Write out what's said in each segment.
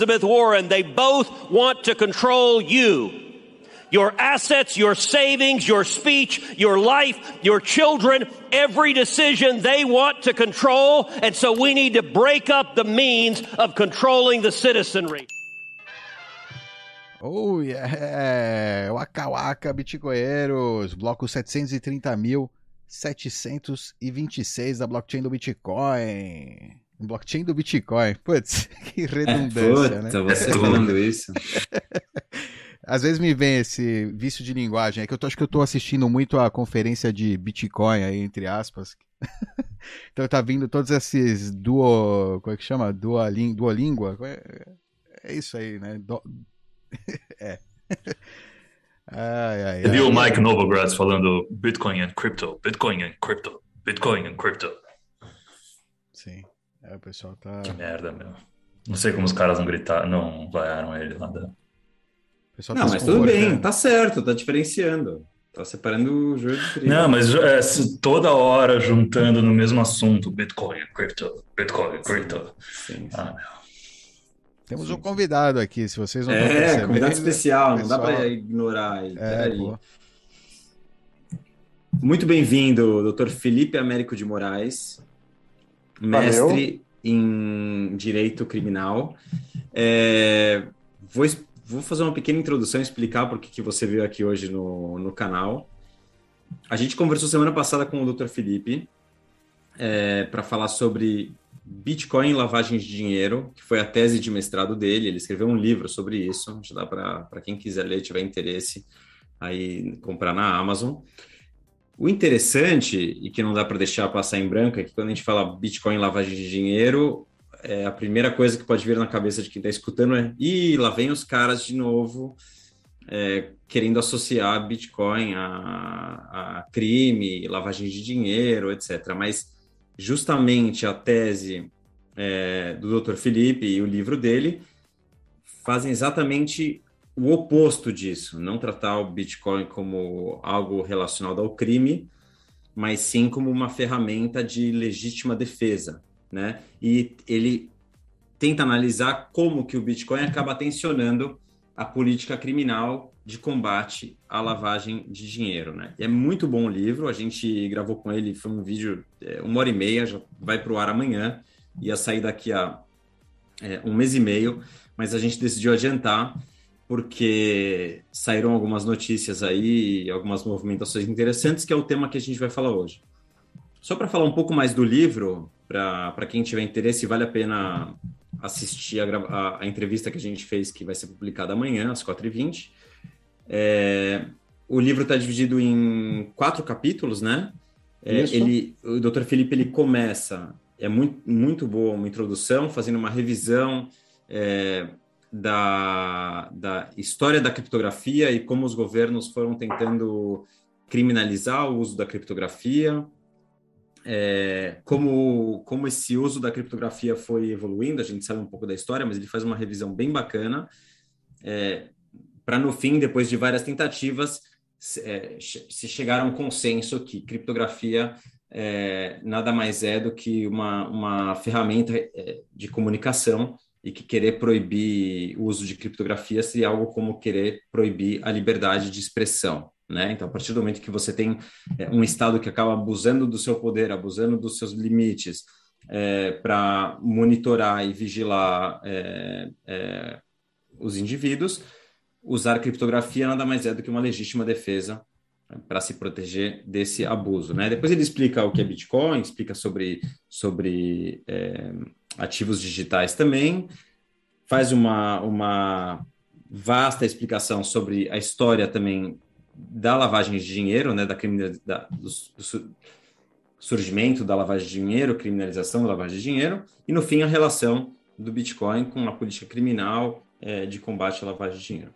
Elizabeth Warren, they both want to control you. Your assets, your savings, your speech, your life, your children, every decision they want to control. And so we need to break up the means of controlling the citizenry. Oh yeah! Waka Waka, bitcoinheiros! Bloco 730.726 da blockchain do Bitcoin. Blockchain do Bitcoin. Putz, que redundância, né? Você falando isso. Às vezes me vem esse vício de linguagem. É que acho que eu tô assistindo muito a conferência de Bitcoin aí, entre aspas. Então tá vindo todos esses como é que chama? Duolíngua? É isso aí, né? É. Você viu o Mike Novogratz falando Bitcoin and crypto, Bitcoin and crypto, Bitcoin and crypto. Sim. O pessoal tá... Que merda, meu. Não sei como os caras não vaiaram ele lá da... Não, mas tudo bem, tá certo, tá diferenciando. Tá separando o jogo do trigo. Não, mas toda hora juntando no mesmo assunto, Bitcoin, crypto, Bitcoin, crypto. Sim. Ah, meu. Temos um convidado aqui, se vocês não estão percebendo. Convidado especial, pessoal... não dá pra ignorar. Pô. Muito bem-vindo, Dr. Felipe Américo de Moraes, mestre em Direito Criminal. Vou fazer uma pequena introdução e explicar por que você veio aqui hoje no canal. A gente conversou semana passada com o Dr. Felipe para falar sobre Bitcoin e lavagem de dinheiro, que foi a tese de mestrado dele. Ele escreveu um livro sobre isso. Já dá para quem quiser ler, tiver interesse, aí comprar na Amazon. O interessante, e que não dá para deixar passar em branco, é que quando a gente fala Bitcoin e lavagem de dinheiro, a primeira coisa que pode vir na cabeça de quem está escutando é lá vem os caras de novo querendo associar Bitcoin a crime, lavagem de dinheiro, etc. Mas justamente a tese do Dr. Felipe e o livro dele fazem exatamente o oposto disso, não tratar o Bitcoin como algo relacionado ao crime, mas sim como uma ferramenta de legítima defesa, né? E ele tenta analisar como que o Bitcoin acaba tensionando a política criminal de combate à lavagem de dinheiro, né? E é muito bom o livro, a gente gravou com ele, foi um vídeo 1h30, já vai para o ar amanhã, ia sair daqui a 1 mês e meio, mas a gente decidiu adiantar, porque saíram algumas notícias aí, algumas movimentações interessantes, que é o tema que a gente vai falar hoje. Só para falar um pouco mais do livro, para quem tiver interesse, vale a pena assistir a entrevista que a gente fez, que vai ser publicada amanhã, às 4h20. O livro está dividido em 4 capítulos, né? O Dr. Felipe, ele começa, muito, muito boa uma introdução, fazendo uma revisão da história da criptografia e como os governos foram tentando criminalizar o uso da criptografia, como esse uso da criptografia foi evoluindo. A gente sabe um pouco da história, mas ele faz uma revisão bem bacana, para no fim, depois de várias tentativas, se chegar a um consenso que criptografia nada mais é do que uma ferramenta de comunicação, e que querer proibir o uso de criptografia seria algo como querer proibir a liberdade de expressão, né? Então, a partir do momento que você tem um Estado que acaba abusando do seu poder, abusando dos seus limites, para monitorar e vigilar os indivíduos, usar criptografia nada mais é do que uma legítima defesa para se proteger desse abuso, né? Depois ele explica o que é Bitcoin, explica sobre ativos digitais também, faz uma vasta explicação sobre a história também da lavagem de dinheiro, né? Do surgimento da lavagem de dinheiro, criminalização da lavagem de dinheiro, e no fim a relação do Bitcoin com a política criminal de combate à lavagem de dinheiro.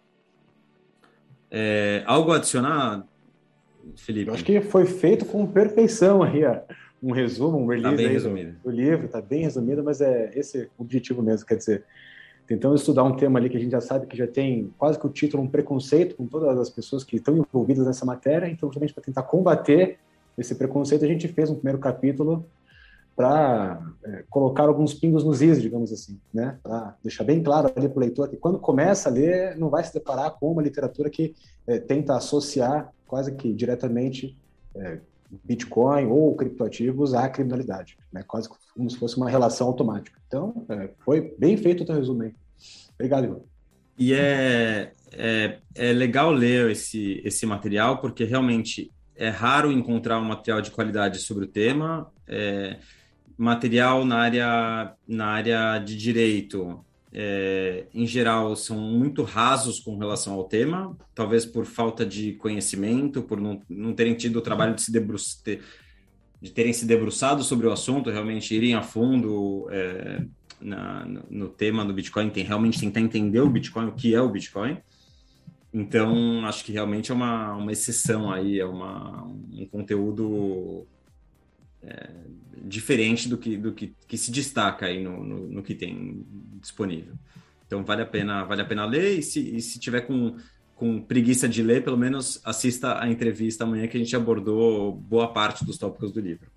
Algo a adicionar, Felipe? Eu acho que foi feito com perfeição aí, um resumo, um release do livro, está bem resumido, mas esse é o objetivo mesmo, quer dizer, tentando estudar um tema ali que a gente já sabe que já tem quase que o título, um preconceito com todas as pessoas que estão envolvidas nessa matéria, então justamente para tentar combater esse preconceito, a gente fez um primeiro capítulo para colocar alguns pingos nos is, digamos assim, né? Para deixar bem claro ali para o leitor que quando começa a ler, não vai se deparar com uma literatura que tenta associar quase que diretamente Bitcoin ou criptoativos à criminalidade, né? Quase como se fosse uma relação automática. Então, foi bem feito o teu resumo aí. Obrigado, Ivan. E é legal ler esse material, porque realmente é raro encontrar um material de qualidade sobre o tema. Material na área de direito, em geral, são muito rasos com relação ao tema, talvez por falta de conhecimento, por não terem tido o trabalho de terem se debruçado sobre o assunto, realmente irem a fundo no tema do Bitcoin, realmente tentar entender o Bitcoin, o que é o Bitcoin. Então, acho que realmente é uma exceção aí, um conteúdo diferente do que se destaca aí no que tem disponível. Então, vale a pena ler, e se tiver com preguiça de ler, pelo menos assista a entrevista amanhã, que a gente abordou boa parte dos tópicos do livro.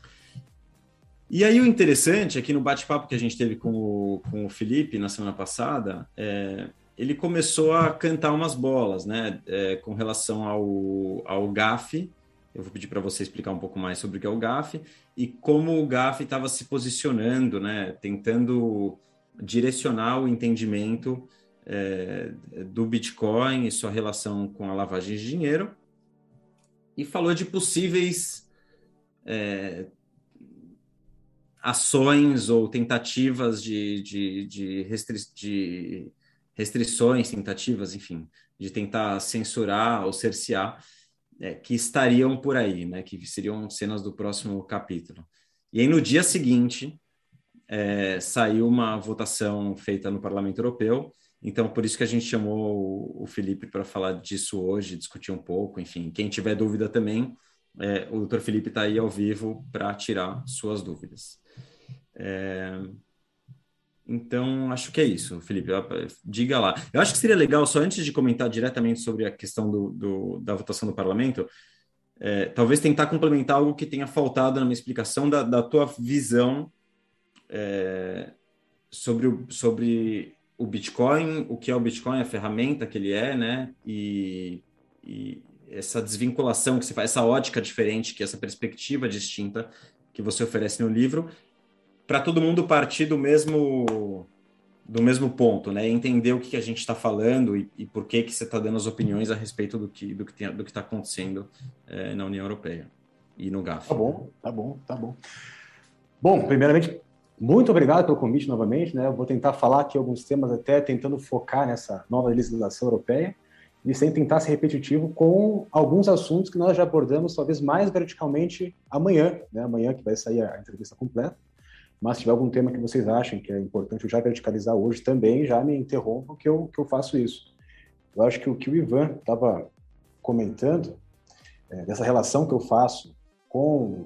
E aí o interessante é que no bate-papo que a gente teve com o Felipe na semana passada, ele começou a cantar umas bolas, né, com relação ao GAF. Eu vou pedir para você explicar um pouco mais sobre o que é o GAF e como o GAF estava se posicionando, né, tentando direcionar o entendimento do Bitcoin e sua relação com a lavagem de dinheiro, e falou de possíveis ações ou tentativas de restrições, tentativas, enfim, de tentar censurar ou cercear, que estariam por aí, né, que seriam cenas do próximo capítulo. E aí, no dia seguinte, saiu uma votação feita no Parlamento Europeu, então por isso que a gente chamou o Felipe para falar disso hoje, discutir um pouco, enfim, quem tiver dúvida também, o Dr. Felipe está aí ao vivo para tirar suas dúvidas. Então, acho que é isso, Felipe, diga lá. Eu acho que seria legal, só antes de comentar diretamente sobre a questão da votação do parlamento, talvez tentar complementar algo que tenha faltado na minha explicação da tua visão sobre o Bitcoin, o que é o Bitcoin, a ferramenta que ele é, né? E essa desvinculação que você faz, essa ótica diferente, essa perspectiva distinta que você oferece no livro, para todo mundo partir do mesmo ponto, né? Entender o que a gente está falando e por que você está dando as opiniões a respeito do que está acontecendo na União Europeia e no GAF. Tá bom. Bom, primeiramente, muito obrigado pelo convite novamente, né? Eu vou tentar falar aqui alguns temas, até tentando focar nessa nova legislação europeia e sem tentar ser repetitivo com alguns assuntos que nós já abordamos, talvez mais verticalmente amanhã, né? Amanhã que vai sair a entrevista completa. Mas se tiver algum tema que vocês achem que é importante eu já verticalizar hoje também, já me interrompam que eu faço isso. Eu acho que o que o Ivan estava comentando, dessa relação que eu faço com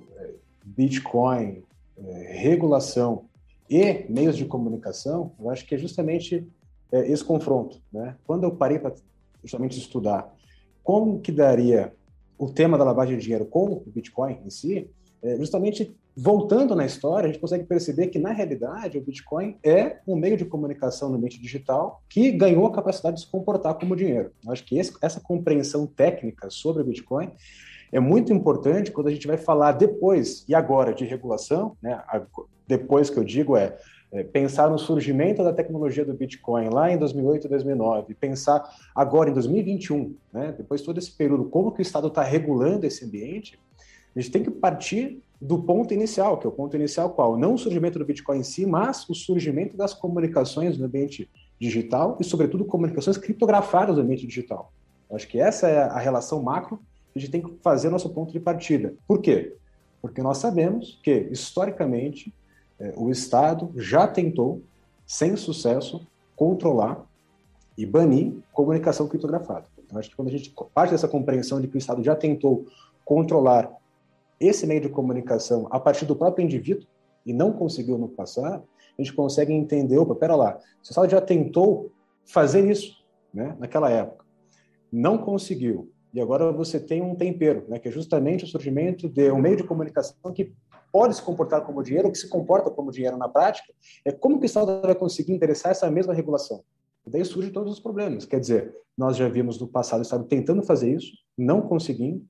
Bitcoin, regulação e meios de comunicação, eu acho que é justamente esse confronto, né? Quando eu parei para justamente estudar como que daria o tema da lavagem de dinheiro com o Bitcoin em si, justamente voltando na história, a gente consegue perceber que, na realidade, o Bitcoin é um meio de comunicação no ambiente digital que ganhou a capacidade de se comportar como dinheiro. Eu acho que essa compreensão técnica sobre o Bitcoin é muito importante quando a gente vai falar depois e agora de regulação, né? Depois que eu digo pensar no surgimento da tecnologia do Bitcoin lá em 2008 e 2009, pensar agora em 2021, né? Depois de todo esse período, como que o Estado está regulando esse ambiente, a gente tem que partir do ponto inicial, que é o ponto inicial qual? Não o surgimento do Bitcoin em si, mas o surgimento das comunicações no ambiente digital e, sobretudo, comunicações criptografadas no ambiente digital. Eu acho que essa é a relação macro que a gente tem que fazer nosso ponto de partida. Por quê? Porque nós sabemos que, historicamente, o Estado já tentou, sem sucesso, controlar e banir comunicação criptografada. Então, acho que quando a gente parte dessa compreensão de que o Estado já tentou controlar esse meio de comunicação a partir do próprio indivíduo e não conseguiu no passado, a gente consegue entender, pera lá, se o Estado já tentou fazer isso, né, naquela época, não conseguiu, e agora você tem um tempero, né, que é justamente o surgimento de um meio de comunicação que pode se comportar como dinheiro, que se comporta como dinheiro na prática, é como que o Estado vai conseguir endereçar essa mesma regulação. E daí surgem todos os problemas. Quer dizer, nós já vimos no passado o Estado tentando fazer isso, não conseguindo,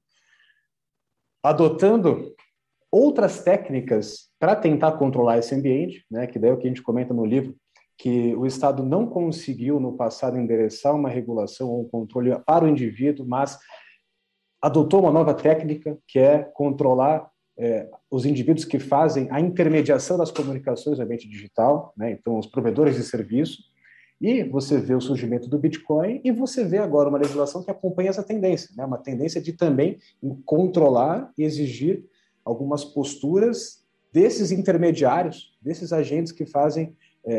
adotando outras técnicas para tentar controlar esse ambiente, né, que daí é o que a gente comenta no livro, que o Estado não conseguiu no passado endereçar uma regulação ou um controle para o indivíduo, mas adotou uma nova técnica, que é controlar os indivíduos que fazem a intermediação das comunicações no ambiente digital, né? Então, os provedores de serviço, e você vê o surgimento do Bitcoin, e você vê agora uma legislação que acompanha essa tendência, né? Uma tendência de também controlar e exigir algumas posturas desses intermediários, desses agentes que fazem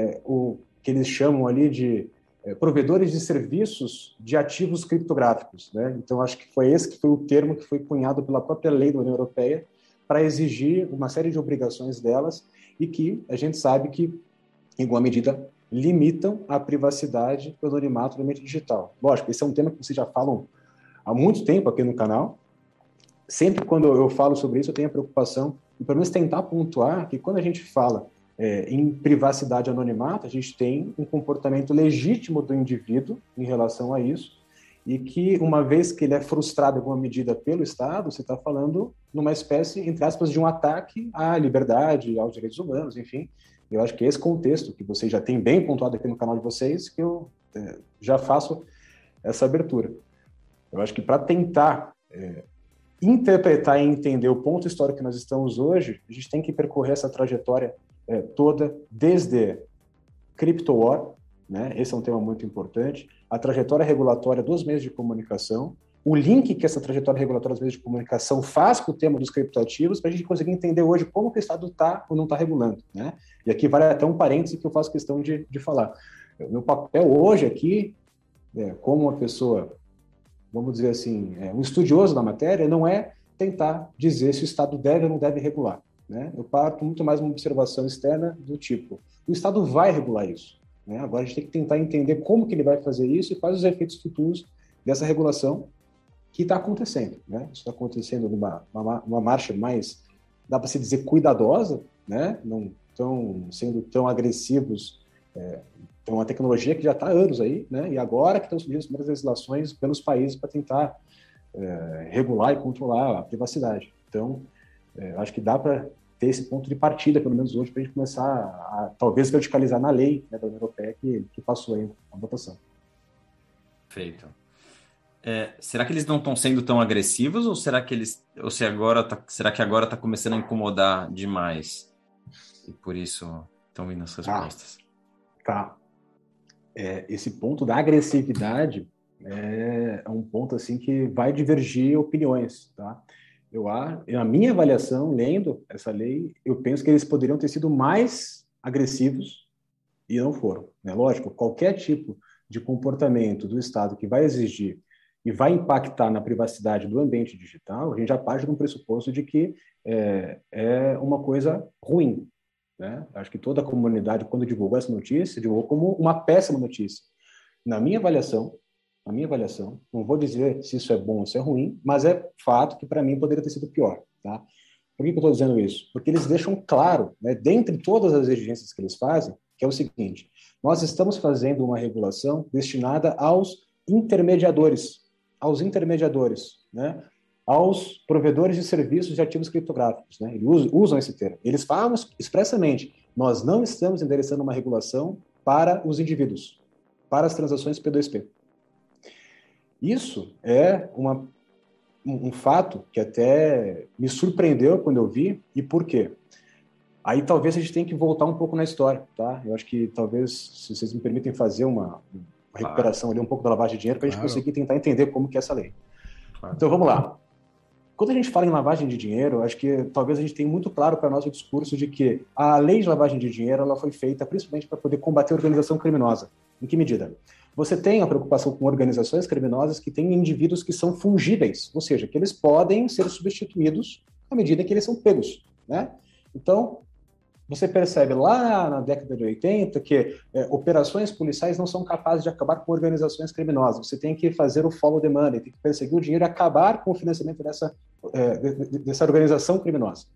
o que eles chamam ali de provedores de serviços de ativos criptográficos, né? Então, acho que foi esse que foi o termo que foi cunhado pela própria lei da União Europeia para exigir uma série de obrigações delas e que a gente sabe que, em alguma medida, limitam a privacidade e o anonimato no ambiente digital. Lógico, esse é um tema que vocês já falam há muito tempo aqui no canal. Sempre quando eu falo sobre isso, eu tenho a preocupação de, pelo menos, tentar pontuar que quando a gente fala em privacidade e anonimato, a gente tem um comportamento legítimo do indivíduo em relação a isso, e que, uma vez que ele é frustrado em alguma medida pelo Estado, você está falando numa espécie, entre aspas, de um ataque à liberdade, aos direitos humanos, enfim. Eu acho que esse contexto, que vocês já têm bem pontuado aqui no canal de vocês, que eu já faço essa abertura. Eu acho que para tentar interpretar e entender o ponto histórico que nós estamos hoje, a gente tem que percorrer essa trajetória toda, desde Crypto War, né? Esse é um tema muito importante, a trajetória regulatória dos meios de comunicação, o link que essa trajetória regulatória dos meios de comunicação faz com o tema dos criptoativos, para a gente conseguir entender hoje como que o Estado está ou não está regulando, né? E aqui vale até um parêntese que eu faço questão de falar. O meu papel hoje aqui, como uma pessoa, vamos dizer assim, um estudioso da matéria, não é tentar dizer se o Estado deve ou não deve regular, né? Eu parto muito mais uma observação externa do tipo, o Estado vai regular isso, né? Agora a gente tem que tentar entender como que ele vai fazer isso e quais os efeitos futuros dessa regulação que está acontecendo, né? Isso está acontecendo numa marcha mais, dá para se dizer, cuidadosa, né? Não estão sendo tão agressivos. Então, uma tecnologia que já está há anos aí, né? E agora que estão surgindo as primeiras legislações pelos países para tentar regular e controlar a privacidade. Então, acho que dá para ter esse ponto de partida, pelo menos hoje, para a gente começar a talvez verticalizar na lei, né, da União Europeia que passou aí a votação. Perfeito. Será que eles não estão sendo tão agressivos ou será que será que agora está começando a incomodar demais e por isso estão vindo as respostas? Tá. Esse ponto da agressividade é um ponto assim que vai divergir opiniões, tá? Na minha avaliação, lendo essa lei, eu penso que eles poderiam ter sido mais agressivos e não foram, né? Lógico, qualquer tipo de comportamento do Estado que vai exigir e vai impactar na privacidade do ambiente digital, a gente já parte de um pressuposto de que é uma coisa ruim, né? Acho que toda a comunidade, quando divulgou essa notícia, divulgou como uma péssima notícia. Na minha avaliação, não vou dizer se isso é bom ou se é ruim, mas é fato que para mim poderia ter sido pior, tá? Por que eu estou dizendo isso? Porque eles deixam claro, né, dentre todas as exigências que eles fazem, que é o seguinte: nós estamos fazendo uma regulação destinada aos intermediadores, né? Aos provedores de serviços de ativos criptográficos, né? Eles usam esse termo. Eles falam expressamente: nós não estamos endereçando uma regulação para os indivíduos, para as transações P2P. Isso é um fato que até me surpreendeu quando eu vi. E por quê? Aí talvez a gente tenha que voltar um pouco na história, tá? Eu acho que talvez, se vocês me permitem fazer uma recuperação ali um pouco da lavagem de dinheiro, para a gente conseguir tentar entender como que é essa lei. Então vamos lá. Quando a gente fala em lavagem de dinheiro, acho que talvez a gente tenha muito claro para nós o discurso de que a lei de lavagem de dinheiro ela foi feita principalmente para poder combater a organização criminosa. Em que medida? Você tem a preocupação com organizações criminosas que têm indivíduos que são fungíveis, ou seja, que eles podem ser substituídos à medida que eles são pegos, né? Então, você percebe lá na década de 80 que operações policiais não são capazes de acabar com organizações criminosas. Você tem que fazer o follow the money, tem que perseguir o dinheiro e acabar com o financiamento dessa organização criminosa.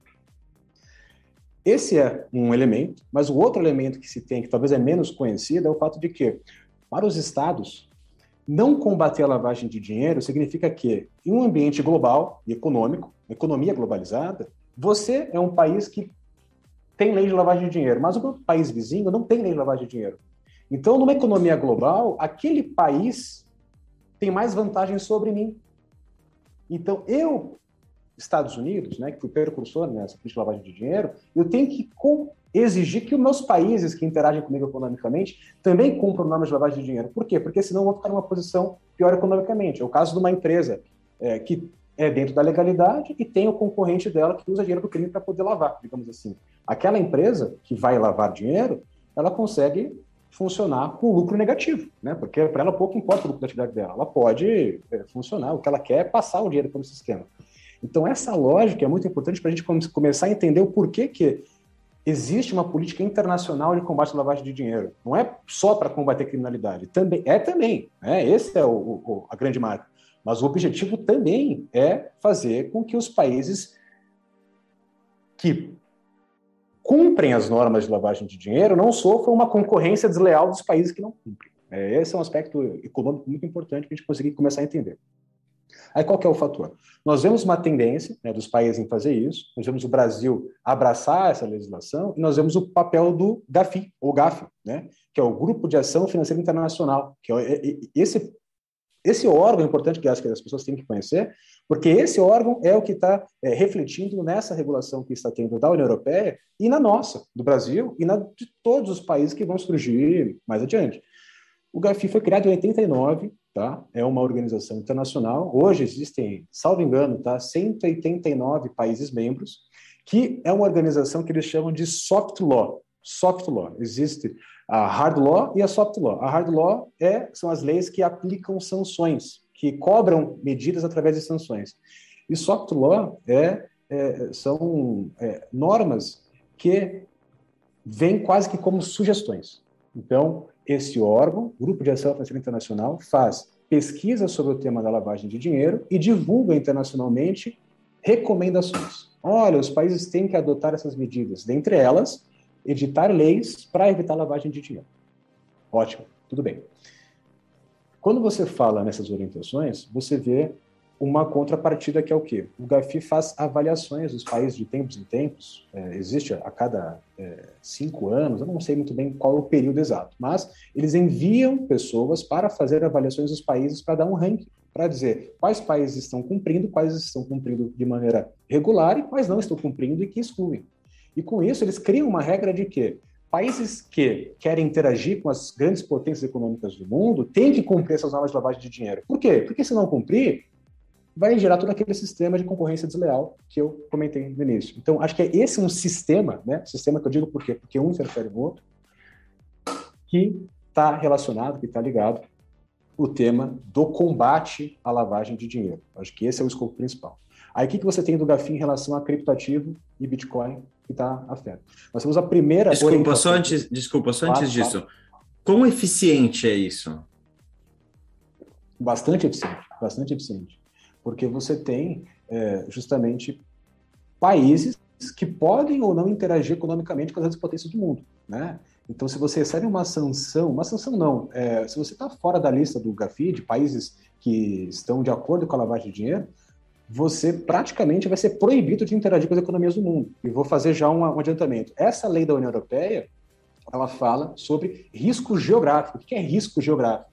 Esse é um elemento, mas o outro elemento que se tem, que talvez é menos conhecido, é o fato de que, para os estados, não combater a lavagem de dinheiro significa que, em um ambiente global e econômico, economia globalizada, você é um país que tem lei de lavagem de dinheiro, mas o país vizinho não tem lei de lavagem de dinheiro. Então, numa economia global, aquele país tem mais vantagem sobre mim. Então, Estados Unidos, né, que fui precursor nessa política de lavagem de dinheiro, eu tenho que exigir que os meus países que interagem comigo economicamente também cumpram normas de lavagem de dinheiro. Por quê? Porque senão eu vou ficar numa posição pior economicamente. É o caso de uma empresa que é dentro da legalidade e tem o concorrente dela que usa dinheiro do crime para poder lavar, digamos assim. Aquela empresa que vai lavar dinheiro, ela consegue funcionar com lucro negativo, né? Porque para ela pouco importa o lucro da atividade dela. Ela pode funcionar, o que ela quer é passar o dinheiro pelo sistema. Então, essa lógica é muito importante para a gente começar a entender o porquê que existe uma política internacional de combate à lavagem de dinheiro. Não é só para combater a criminalidade, também, né? Esse é a grande marca. Mas o objetivo também é fazer com que os países que cumprem as normas de lavagem de dinheiro não sofram uma concorrência desleal dos países que não cumprem. Esse é um aspecto econômico muito importante para a gente conseguir começar a entender. Aí qual que é o fator? Nós vemos uma tendência, né, dos países em fazer isso, nós vemos o Brasil abraçar essa legislação e nós vemos o papel do GAFI, ou GAFI, né, que é o Grupo de Ação Financeira Internacional, que é esse órgão importante que acho que as pessoas têm que conhecer, porque esse órgão é o que está refletindo nessa regulação que está tendo da União Europeia e na nossa, do Brasil, e de todos os países que vão surgir mais adiante. O GAFI foi criado em 89, tá? É uma organização internacional. Hoje existem, salvo engano, tá? 189 países membros, que é uma organização que eles chamam de soft law. Soft law. Existe a hard law e a soft law. A hard law são as leis que aplicam sanções, que cobram medidas através de sanções. E soft law são normas que vêm quase que como sugestões. Então, esse órgão, Grupo de Ação Financeira Internacional, faz pesquisa sobre o tema da lavagem de dinheiro e divulga internacionalmente recomendações. Olha, os países têm que adotar essas medidas, dentre elas, editar leis para evitar a lavagem de dinheiro. Ótimo, tudo bem. Quando você fala nessas orientações, você vê uma contrapartida que é o quê? O GAFI faz avaliações dos países de tempos em tempos, existe a cada 5 anos, eu não sei muito bem qual é o período exato, mas eles enviam pessoas para fazer avaliações dos países para dar um ranking, para dizer quais países estão cumprindo de maneira regular e quais não estão cumprindo e que excluem. E com isso eles criam uma regra de que países que querem interagir com as grandes potências econômicas do mundo têm que cumprir essas normas de lavagem de dinheiro. Por quê? Porque se não cumprir, vai gerar todo aquele sistema de concorrência desleal que eu comentei no início. Então, acho que esse um sistema, né? Sistema que eu digo por quê? Porque um interfere no outro, que está relacionado, que está ligado o tema do combate à lavagem de dinheiro. Acho que esse é o escopo principal. Aí, o que você tem do GAFI em relação a criptoativo e Bitcoin que está afetado? Nós temos a primeira... Desculpa, só antes disso. Quão eficiente é isso? Bastante eficiente. Porque você tem justamente países que podem ou não interagir economicamente com as grandes potências do mundo, né? Então, se você recebe uma sanção não, se você está fora da lista do GAFI, de países que estão de acordo com a lavagem de dinheiro, você praticamente vai ser proibido de interagir com as economias do mundo. E vou fazer já um adiantamento. Essa lei da União Europeia, ela fala sobre risco geográfico. O que é risco geográfico?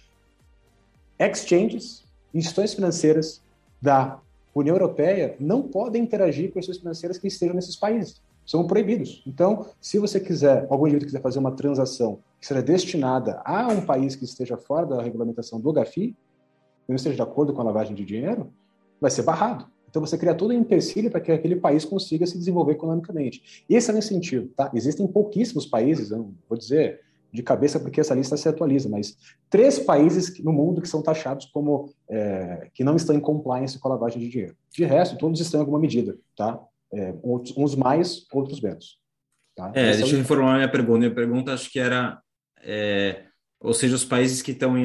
Exchanges, instituições financeiras da União Europeia não podem interagir com instituições financeiras que estejam nesses países. São proibidos. Então, se você quiser, algum indivíduo quiser fazer uma transação que seja destinada a um país que esteja fora da regulamentação do GAFI, não esteja de acordo com a lavagem de dinheiro, vai ser barrado. Então, você cria todo um empecilho para que aquele país consiga se desenvolver economicamente. Esse é o incentivo, tá? Existem pouquíssimos países, eu não vou dizer de cabeça porque essa lista se atualiza, mas 3 países no mundo que são taxados como que não estão em compliance com a lavagem de dinheiro. De resto, todos estão em alguma medida, tá? Uns mais, outros menos. Tá? Deixa eu reformular minha pergunta. Minha pergunta acho que era, ou seja, os países que estão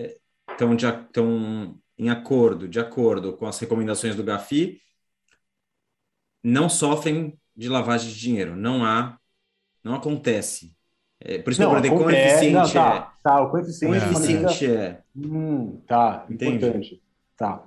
de acordo com as recomendações do GAFI, não sofrem de lavagem de dinheiro. Não acontece. Por isso que eu perguntei quão eficiente é. Tá, o coeficiente. Quão eficiente é. Tá, Entendi. Importante. Tá.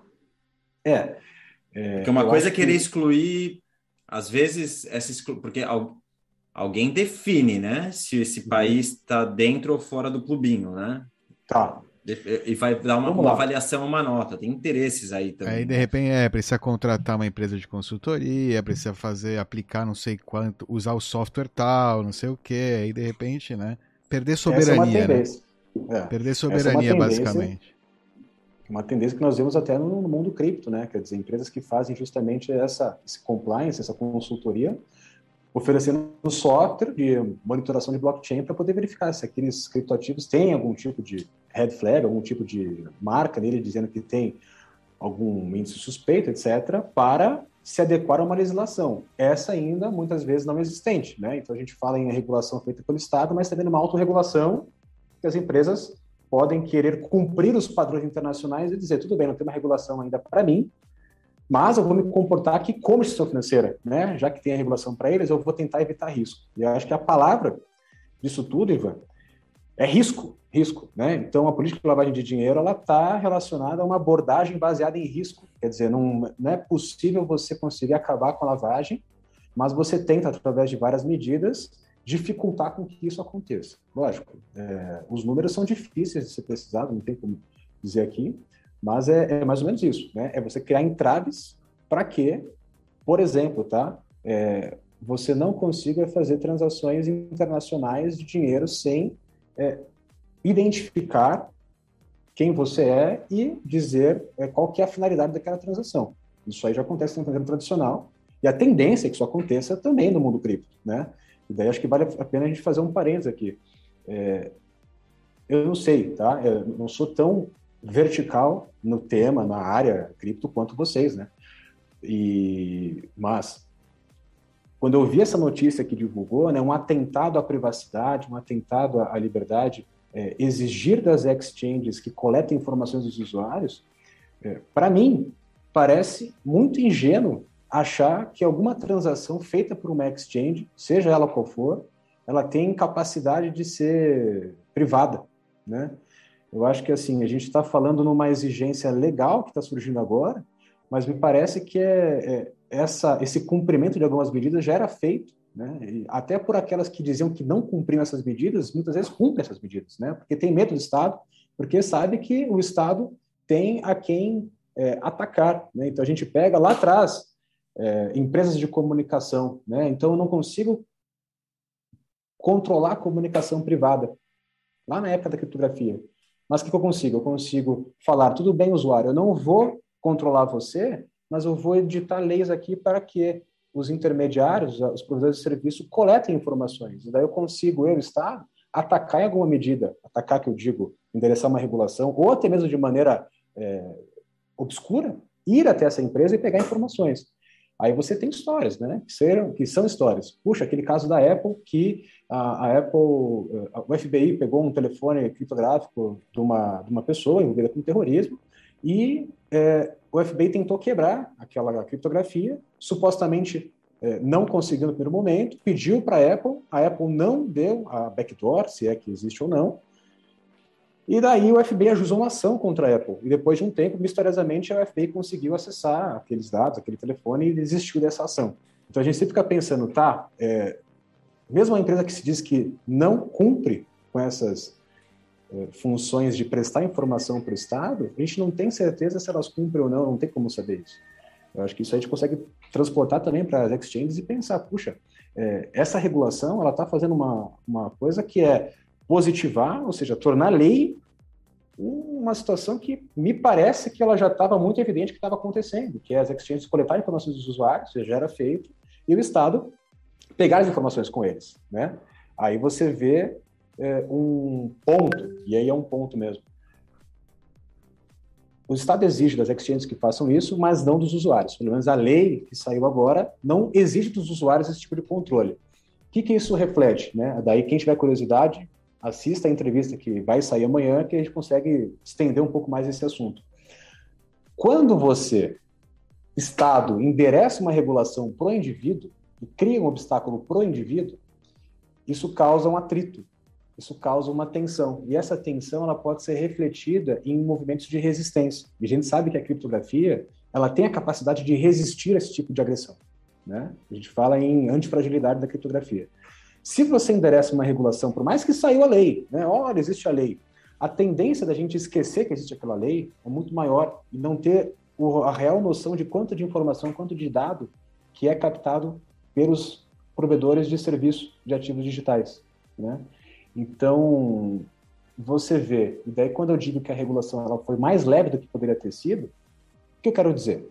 Porque uma coisa é querer excluir, às vezes, porque alguém define, né? Se esse país está dentro ou fora do clubinho, né? Tá. E vai dar uma avaliação, uma nota. Tem interesses aí também. Aí, de repente, precisa contratar uma empresa de consultoria, precisa aplicar não sei quanto, usar o software tal, não sei o quê. Aí, de repente, né? Perder soberania, né? Perder soberania, basicamente. Uma tendência que nós vemos até no mundo cripto, né? Quer dizer, empresas que fazem justamente esse compliance, essa consultoria, oferecendo software de monitoração de blockchain para poder verificar se aqueles criptoativos têm algum tipo de red flag, algum tipo de marca nele dizendo que tem algum índice suspeito, etc., para se adequar a uma legislação. Essa ainda, muitas vezes, não é existente, né? Então, a gente fala em regulação feita pelo Estado, mas também numa autorregulação que as empresas podem querer cumprir os padrões internacionais e dizer, tudo bem, não tem uma regulação ainda para mim, mas eu vou me comportar aqui como instituição financeira, né? Já que tem a regulação para eles, eu vou tentar evitar risco. E eu acho que a palavra disso tudo, Ivan, é risco, né? Então, a política de lavagem de dinheiro, ela está relacionada a uma abordagem baseada em risco. Quer dizer, não é possível você conseguir acabar com a lavagem, mas você tenta, através de várias medidas, dificultar com que isso aconteça. Lógico, os números são difíceis de ser precisados, não tem como dizer aqui, mas é mais ou menos isso, né? É você criar entraves para que, por exemplo, você não consiga fazer transações internacionais de dinheiro sem identificar quem você é e dizer qual que é a finalidade daquela transação. Isso aí já acontece no mercado tradicional e a tendência é que isso aconteça também no mundo cripto, né? E daí acho que vale a pena a gente fazer um parênteses aqui. Eu não sei, tá? Eu não sou tão vertical no tema, na área cripto, quanto vocês, né? Mas, quando eu vi essa notícia que divulgou, né, um atentado à privacidade, um atentado à liberdade, exigir das exchanges que coletem informações dos usuários, para mim, parece muito ingênuo achar que alguma transação feita por uma exchange, seja ela qual for, ela tem capacidade de ser privada, né? Eu acho que, assim, a gente está falando numa exigência legal que está surgindo agora, mas me parece que esse cumprimento de algumas medidas já era feito, né? E até por aquelas que diziam que não cumpriam essas medidas, muitas vezes cumprem essas medidas, né? Porque tem medo do Estado, porque sabe que o Estado tem a quem atacar, né? Então, a gente pega lá atrás empresas de comunicação, né? Então, eu não consigo controlar a comunicação privada, lá na época da criptografia. Mas o que eu consigo? Eu consigo falar, tudo bem, usuário, eu não vou controlar você, mas eu vou editar leis aqui para que os intermediários, os provedores de serviço, coletem informações. E daí eu consigo, Estado, atacar em alguma medida, atacar, que eu digo, endereçar uma regulação, ou até mesmo de maneira obscura, ir até essa empresa e pegar informações. Aí você tem histórias, né? Que são histórias. Puxa, aquele caso da Apple, que o FBI pegou um telefone criptográfico de uma pessoa envolvida com terrorismo e o FBI tentou quebrar aquela criptografia, supostamente não conseguiu no primeiro momento, pediu para a Apple não deu a backdoor, se é que existe ou não, e daí o FBI ajuizou uma ação contra a Apple. E depois de um tempo, misteriosamente, a FBI conseguiu acessar aqueles dados, aquele telefone, e desistiu dessa ação. Então a gente sempre fica pensando, mesmo uma empresa que se diz que não cumpre com essas funções de prestar informação para o Estado, a gente não tem certeza se elas cumprem ou não tem como saber isso. Eu acho que isso a gente consegue transportar também para as exchanges e pensar, puxa, essa regulação ela está fazendo uma coisa que é positivar, ou seja, tornar lei uma situação que me parece que ela já estava muito evidente que estava acontecendo, que é as exchanges coletarem informações dos usuários, ou seja, já era feito, e o Estado pegar as informações com eles, né? Aí você vê um ponto, e aí é um ponto mesmo. O Estado exige das exchanges que façam isso, mas não dos usuários. Pelo menos a lei que saiu agora não exige dos usuários esse tipo de controle. que isso reflete, né? Daí, quem tiver curiosidade, assista a entrevista que vai sair amanhã, que a gente consegue estender um pouco mais esse assunto. Quando você, Estado, endereça uma regulação pro indivíduo e cria um obstáculo pro indivíduo, isso causa um atrito, isso causa uma tensão. E essa tensão ela pode ser refletida em movimentos de resistência. E a gente sabe que a criptografia ela tem a capacidade de resistir a esse tipo de agressão, né? A gente fala em antifragilidade da criptografia. Se você endereça uma regulação, por mais que saiu a lei, né? Olha, existe a lei, a tendência da gente esquecer que existe aquela lei é muito maior e não ter a real noção de quanto de informação, quanto de dado que é captado pelos provedores de serviço de ativos digitais, né? Então, você vê, e daí quando eu digo que a regulação ela foi mais leve do que poderia ter sido, o que eu quero dizer?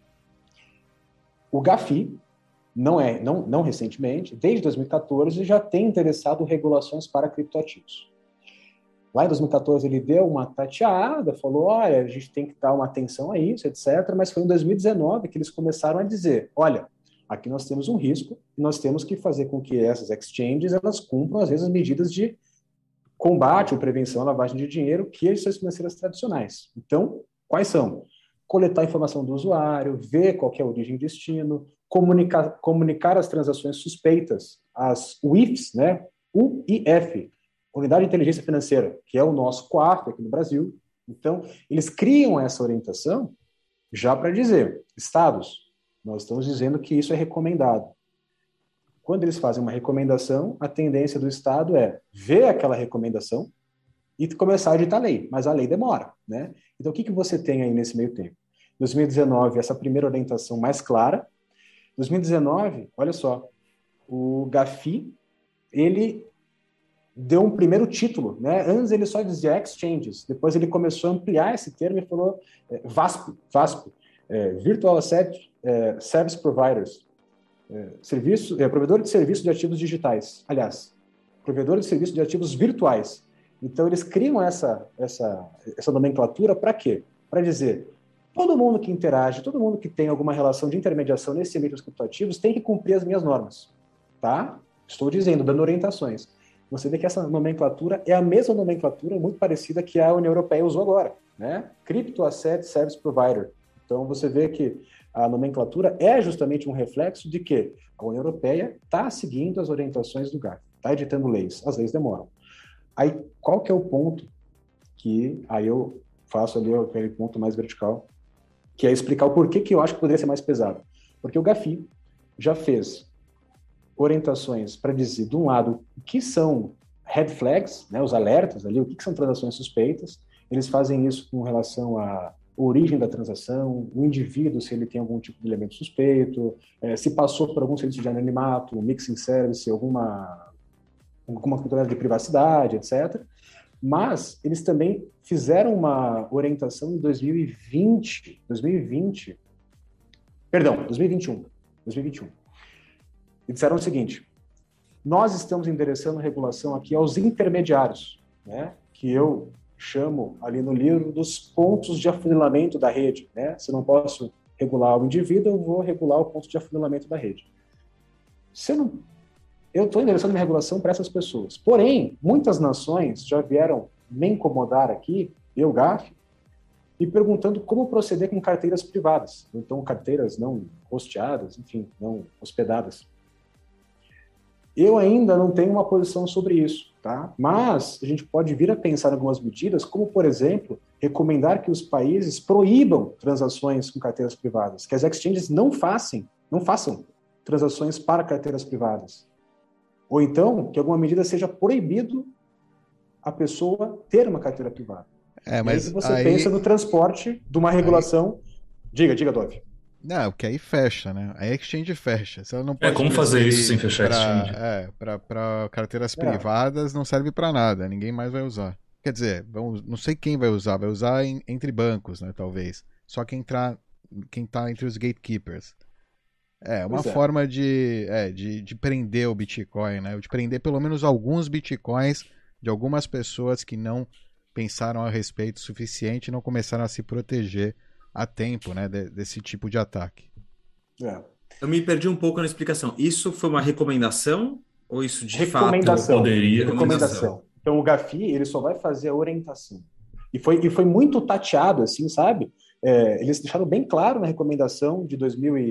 O GAFI, não recentemente, desde 2014, já tem interessado regulações para criptoativos. Lá em 2014 ele deu uma tateada, falou, olha, a gente tem que dar uma atenção a isso, etc. Mas foi em 2019 que eles começaram a dizer, olha, aqui nós temos um risco e nós temos que fazer com que essas exchanges elas cumpram, às vezes, medidas de combate ou prevenção à lavagem de dinheiro que as instituições financeiras tradicionais. Então, quais são? Coletar a informação do usuário, ver qual que é a origem e destino, comunicar as transações suspeitas, as UIFs, né? UIF, Unidade de Inteligência Financeira, que é o nosso quarto aqui no Brasil. Então, eles criam essa orientação já para dizer, estados, nós estamos dizendo que isso é recomendado. Quando eles fazem uma recomendação, a tendência do estado é ver aquela recomendação e começar a editar a lei, mas a lei demora, né? Então, o que você tem aí nesse meio tempo? 2019, essa primeira orientação mais clara. 2019, olha só, o GAFI, ele deu um primeiro título, né? Antes ele só dizia exchanges, depois ele começou a ampliar esse termo e falou VASP, Virtual Asset Service Providers, provedor de serviço de ativos digitais, aliás, provedor de serviço de ativos virtuais. Então eles criam essa nomenclatura para quê? Para dizer, todo mundo que interage, todo mundo que tem alguma relação de intermediação nesse ambiente dos criptoativos tem que cumprir as minhas normas, tá? Estou dizendo, dando orientações. Você vê que essa nomenclatura é a mesma nomenclatura muito parecida que a União Europeia usou agora, né? Crypto Asset Service Provider. Então você vê que a nomenclatura é justamente um reflexo de que a União Europeia está seguindo as orientações do GAFI, está editando leis, as leis demoram. Aí qual que é o ponto que aí eu faço ali aquele ponto mais vertical, que é explicar o porquê que eu acho que poderia ser mais pesado. Porque o GAFI já fez orientações para dizer, de um lado, o que são red flags, né, os alertas ali, o que são transações suspeitas. Eles fazem isso com relação à origem da transação, o indivíduo, se ele tem algum tipo de elemento suspeito, se passou por algum serviço de anonimato, mixing service, alguma cultura de privacidade, etc. Mas eles também fizeram uma orientação em 2021. E disseram o seguinte, nós estamos endereçando regulação aqui aos intermediários, né, que eu chamo ali no livro dos pontos de afunilamento da rede, né? Se eu não posso regular o indivíduo, eu vou regular o ponto de afunilamento da rede. Eu estou endereçando minha regulação para essas pessoas. Porém, muitas nações já vieram me incomodar aqui, eu, GAFI, e perguntando como proceder com carteiras privadas, então carteiras não hosteadas, enfim, não hospedadas. Eu ainda não tenho uma posição sobre isso, tá? Mas a gente pode vir a pensar em algumas medidas, como, por exemplo, recomendar que os países proíbam transações com carteiras privadas, que as exchanges não façam transações para carteiras privadas. Ou então, que alguma medida seja proibido a pessoa ter uma carteira privada. Mas aí você pensa no transporte de uma regulação... Diga, Dov. Não, porque aí fecha, né? Aí a exchange fecha. Se ela não pode como fazer isso sem fechar a exchange? Para carteiras privadas não serve para nada, ninguém mais vai usar. Quer dizer, não sei quem vai usar entre bancos, né, talvez. Só quem tá entre os gatekeepers. Uma forma de prender o Bitcoin, né? De prender pelo menos alguns Bitcoins de algumas pessoas que não pensaram a respeito o suficiente e não começaram a se proteger a tempo, né, desse tipo de ataque. Eu me perdi um pouco na explicação. Isso foi uma recomendação Ou isso de recomendação, fato poderia... Recomendação. Então, o GAFI, ele só vai fazer a orientação. E foi muito tateado, assim, sabe? Eles deixaram bem claro na recomendação de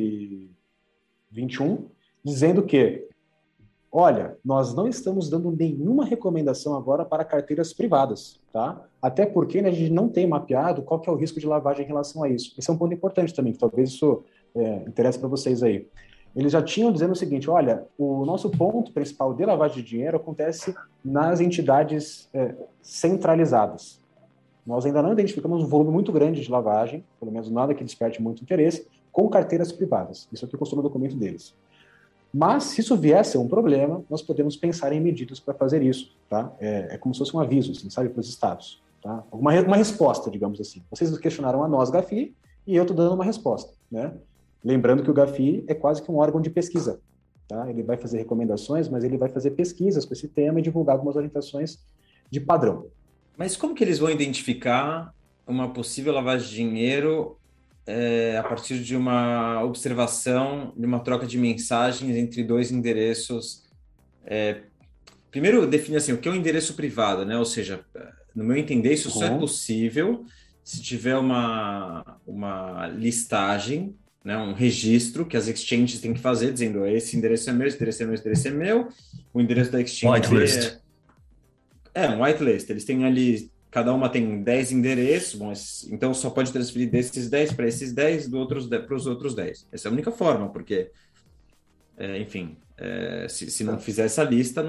2021, dizendo que, olha, nós não estamos dando nenhuma recomendação agora para carteiras privadas, tá? Até porque, né, a gente não tem mapeado qual que é o risco de lavagem em relação a isso. Esse é um ponto importante também, que talvez isso interesse para vocês aí. Eles já tinham dizendo o seguinte, olha, o nosso ponto principal de lavagem de dinheiro acontece nas entidades centralizadas. Nós ainda não identificamos um volume muito grande de lavagem, pelo menos nada que desperte muito interesse, com carteiras privadas. Isso aqui constou no documento deles. Mas, se isso vier a ser um problema, nós podemos pensar em medidas para fazer isso. Tá? É como se fosse um aviso, assim, sabe, para os estados. Tá? Uma resposta, digamos assim. Vocês questionaram a nós, GAFI, e eu estou dando uma resposta. Né? Lembrando que o GAFI é quase que um órgão de pesquisa. Tá? Ele vai fazer recomendações, mas ele vai fazer pesquisas com esse tema e divulgar algumas orientações de padrão. Mas como que eles vão identificar uma possível lavagem de dinheiro a partir de uma observação, de uma troca de mensagens entre dois endereços? Primeiro, definir assim, o que é um endereço privado, né? Ou seja, no meu entender, isso só é possível se tiver uma listagem, né? Um registro que as exchanges têm que fazer, dizendo esse endereço é meu, esse endereço é meu, esse endereço é meu, o endereço da exchange Whitelist. Um whitelist. Eles têm ali, cada uma tem 10 endereços, então só pode transferir desses 10 para esses 10, para os outros 10. Essa é a única forma, porque, enfim, se não fizer essa lista,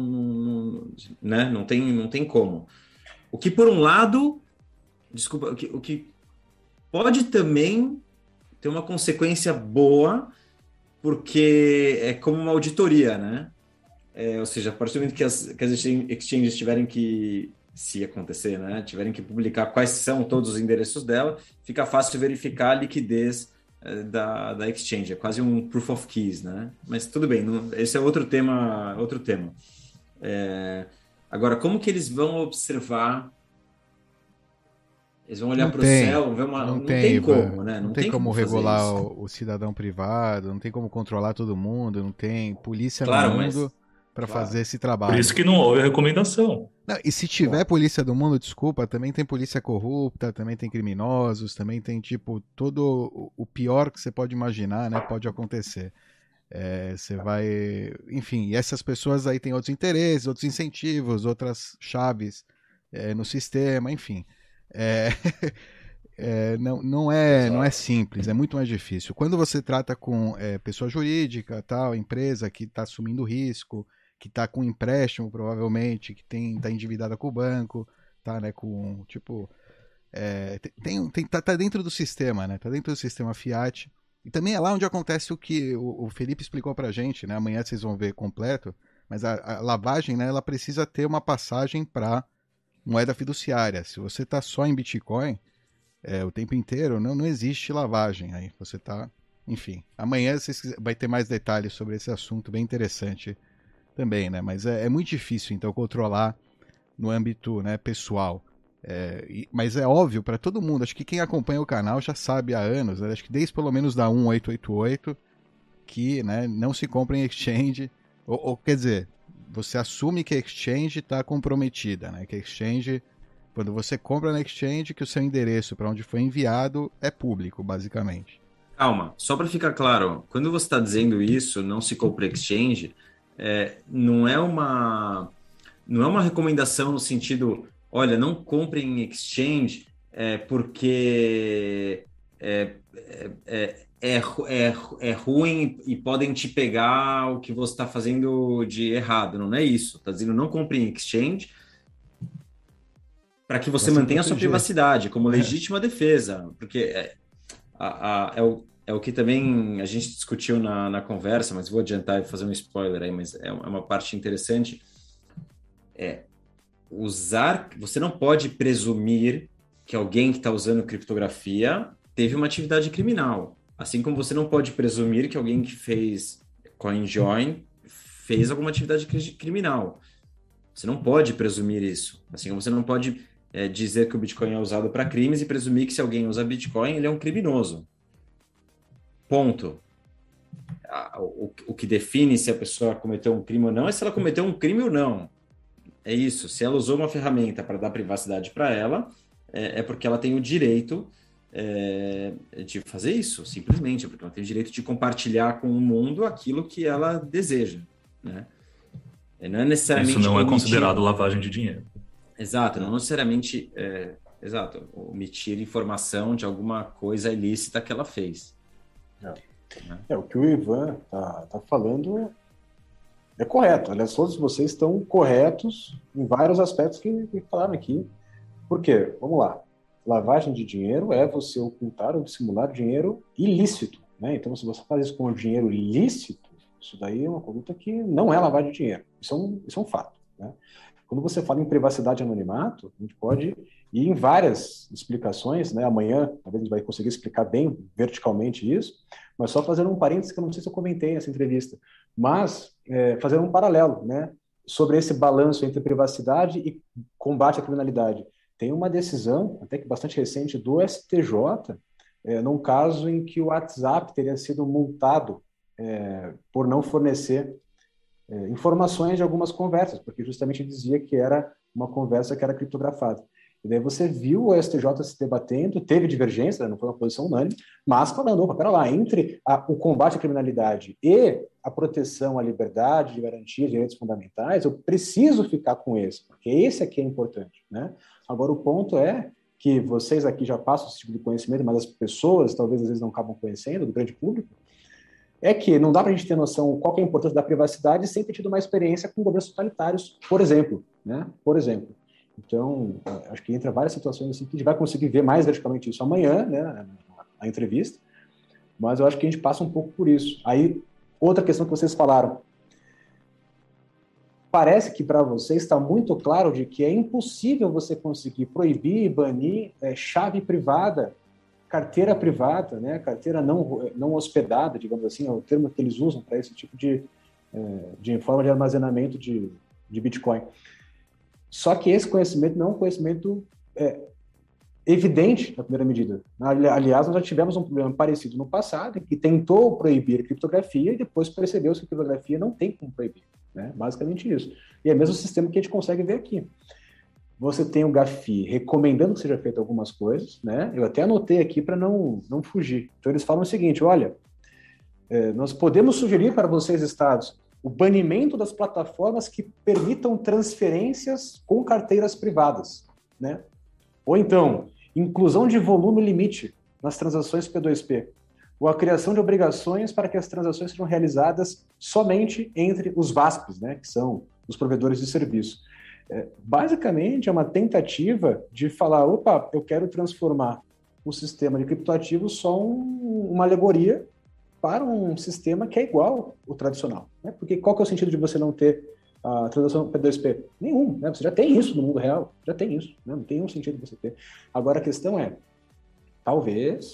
não tem como. O que, por um lado, desculpa, o que pode também ter uma consequência boa, porque é como uma auditoria, né? Ou seja, a partir do momento que as exchanges tiverem que, se acontecer, né, tiverem que publicar quais são todos os endereços dela, fica fácil verificar a liquidez da exchange. É quase um proof of keys, né? Mas tudo bem, esse é outro tema. Agora, como que eles vão observar? Eles vão olhar para o céu, vão ver não tem como, né? Não tem como regular o cidadão privado, não tem como controlar todo mundo, não tem polícia no mundo para fazer esse trabalho. Por isso que não houve recomendação. Não, e se tiver polícia do mundo, desculpa, também tem polícia corrupta, também tem criminosos, também tem, tipo, todo o pior que você pode imaginar, né? Pode acontecer. Você vai... Enfim, e essas pessoas aí têm outros interesses, outros incentivos, outras chaves no sistema, enfim. Não é simples, é muito mais difícil. Quando você trata com pessoa jurídica, tal, empresa que está assumindo risco, que está com empréstimo, provavelmente, que está endividada com o banco, tá, né, com, tipo... tá dentro do sistema, né? Tá dentro do sistema Fiat. E também é lá onde acontece o que o Felipe explicou pra gente, né? Amanhã vocês vão ver completo, mas a lavagem, né, ela precisa ter uma passagem para moeda fiduciária. Se você tá só em Bitcoin o tempo inteiro, não existe lavagem. Aí você tá... Enfim, amanhã vai ter mais detalhes sobre esse assunto, bem interessante também, né? Mas é muito difícil, então, controlar no âmbito, né, pessoal. Mas é óbvio para todo mundo, acho que quem acompanha o canal já sabe há anos, né? Acho que desde pelo menos da 1888, que, né, não se compra em exchange, ou quer dizer, você assume que a exchange está comprometida, né? Que a exchange, quando você compra na exchange, que o seu endereço para onde foi enviado é público, basicamente. Calma, só para ficar claro, quando você está dizendo isso, não se compra exchange, não é uma recomendação no sentido, olha, não compre em exchange porque é ruim e podem te pegar o que você está fazendo de errado. Não é isso. Está dizendo não compre em exchange para que você mantenha a sua privacidade como legítima defesa. Porque é o que também a gente discutiu na conversa, mas vou adiantar e fazer um spoiler aí, mas é uma parte interessante. Você não pode presumir que alguém que está usando criptografia teve uma atividade criminal. Assim como você não pode presumir que alguém que fez CoinJoin fez alguma atividade criminal. Você não pode presumir isso. Assim como você não pode dizer que o Bitcoin é usado para crimes e presumir que se alguém usa Bitcoin, ele é um criminoso. Ponto. o que define se a pessoa cometeu um crime ou não é se ela cometeu um crime ou não. É isso. Se ela usou uma ferramenta para dar privacidade para ela, é porque ela tem o direito de fazer isso, simplesmente, porque ela tem o direito de compartilhar com o mundo aquilo que ela deseja, né? Não é necessariamente isso não é considerado lavagem de dinheiro. Exato, não necessariamente omitir informação de alguma coisa ilícita que ela fez. O que o Ivan tá falando é correto. Aliás, todos vocês estão corretos em vários aspectos que falaram aqui. Por quê? Vamos lá. Lavagem de dinheiro é você ocultar ou dissimular dinheiro ilícito, né? Então, se você faz isso com dinheiro ilícito, isso daí é uma conduta que não é lavagem de dinheiro. Isso é um fato, né? Quando você fala em privacidade e anonimato, a gente pode ir em várias explicações, né? Amanhã, talvez a gente vai conseguir explicar bem verticalmente isso, mas só fazendo um parênteses que eu não sei se eu comentei nessa entrevista, mas fazendo um paralelo, né? Sobre esse balanço entre privacidade e combate à criminalidade. Tem uma decisão, até que bastante recente, do STJ, num caso em que o WhatsApp teria sido multado por não fornecer informações de algumas conversas, porque justamente dizia que era uma conversa que era criptografada. E daí você viu o STJ se debatendo, teve divergência, não foi uma posição unânime, mas falando, opa, pera lá, entre o combate à criminalidade e a proteção à liberdade, de garantia de direitos fundamentais, eu preciso ficar com esse, porque esse aqui é importante, né? Agora, o ponto é que vocês aqui já passam esse tipo de conhecimento, mas as pessoas talvez às vezes não acabam conhecendo, do grande público, é que não dá para a gente ter noção qual que é a importância da privacidade sem ter tido uma experiência com governos totalitários, por exemplo, né? Por exemplo. Então, acho que entra várias situações assim que a gente vai conseguir ver mais verticalmente isso amanhã, né, na entrevista, mas eu acho que a gente passa um pouco por isso. Aí, outra questão que vocês falaram, parece que para vocês está muito claro de que é impossível você conseguir proibir e banir chave privada, carteira privada, né, carteira não hospedada, digamos assim, é o termo que eles usam para esse tipo de forma de armazenamento de Bitcoin. Só que esse conhecimento não é um conhecimento evidente na primeira medida. Aliás, nós já tivemos um problema parecido no passado, que tentou proibir a criptografia e depois percebeu-se que a criptografia não tem como proibir, né? Basicamente isso. E é o mesmo sistema que a gente consegue ver aqui. Você tem o GAFI recomendando que seja feito algumas coisas, né? Eu até anotei aqui para não fugir. Então, eles falam o seguinte, olha, nós podemos sugerir para vocês, estados, o banimento das plataformas que permitam transferências com carteiras privadas, né? Ou então, inclusão de volume limite nas transações P2P, ou a criação de obrigações para que as transações sejam realizadas somente entre os VASPs, né, que são os provedores de serviço. Basicamente, é uma tentativa de falar, opa, eu quero transformar o sistema de criptoativos só uma alegoria para um sistema que é igual ao tradicional, né? Porque qual que é o sentido de você não ter a transação P2P? Nenhum, né? Você já tem isso no mundo real, já tem isso, né? Não tem nenhum sentido você ter. Agora a questão é, talvez,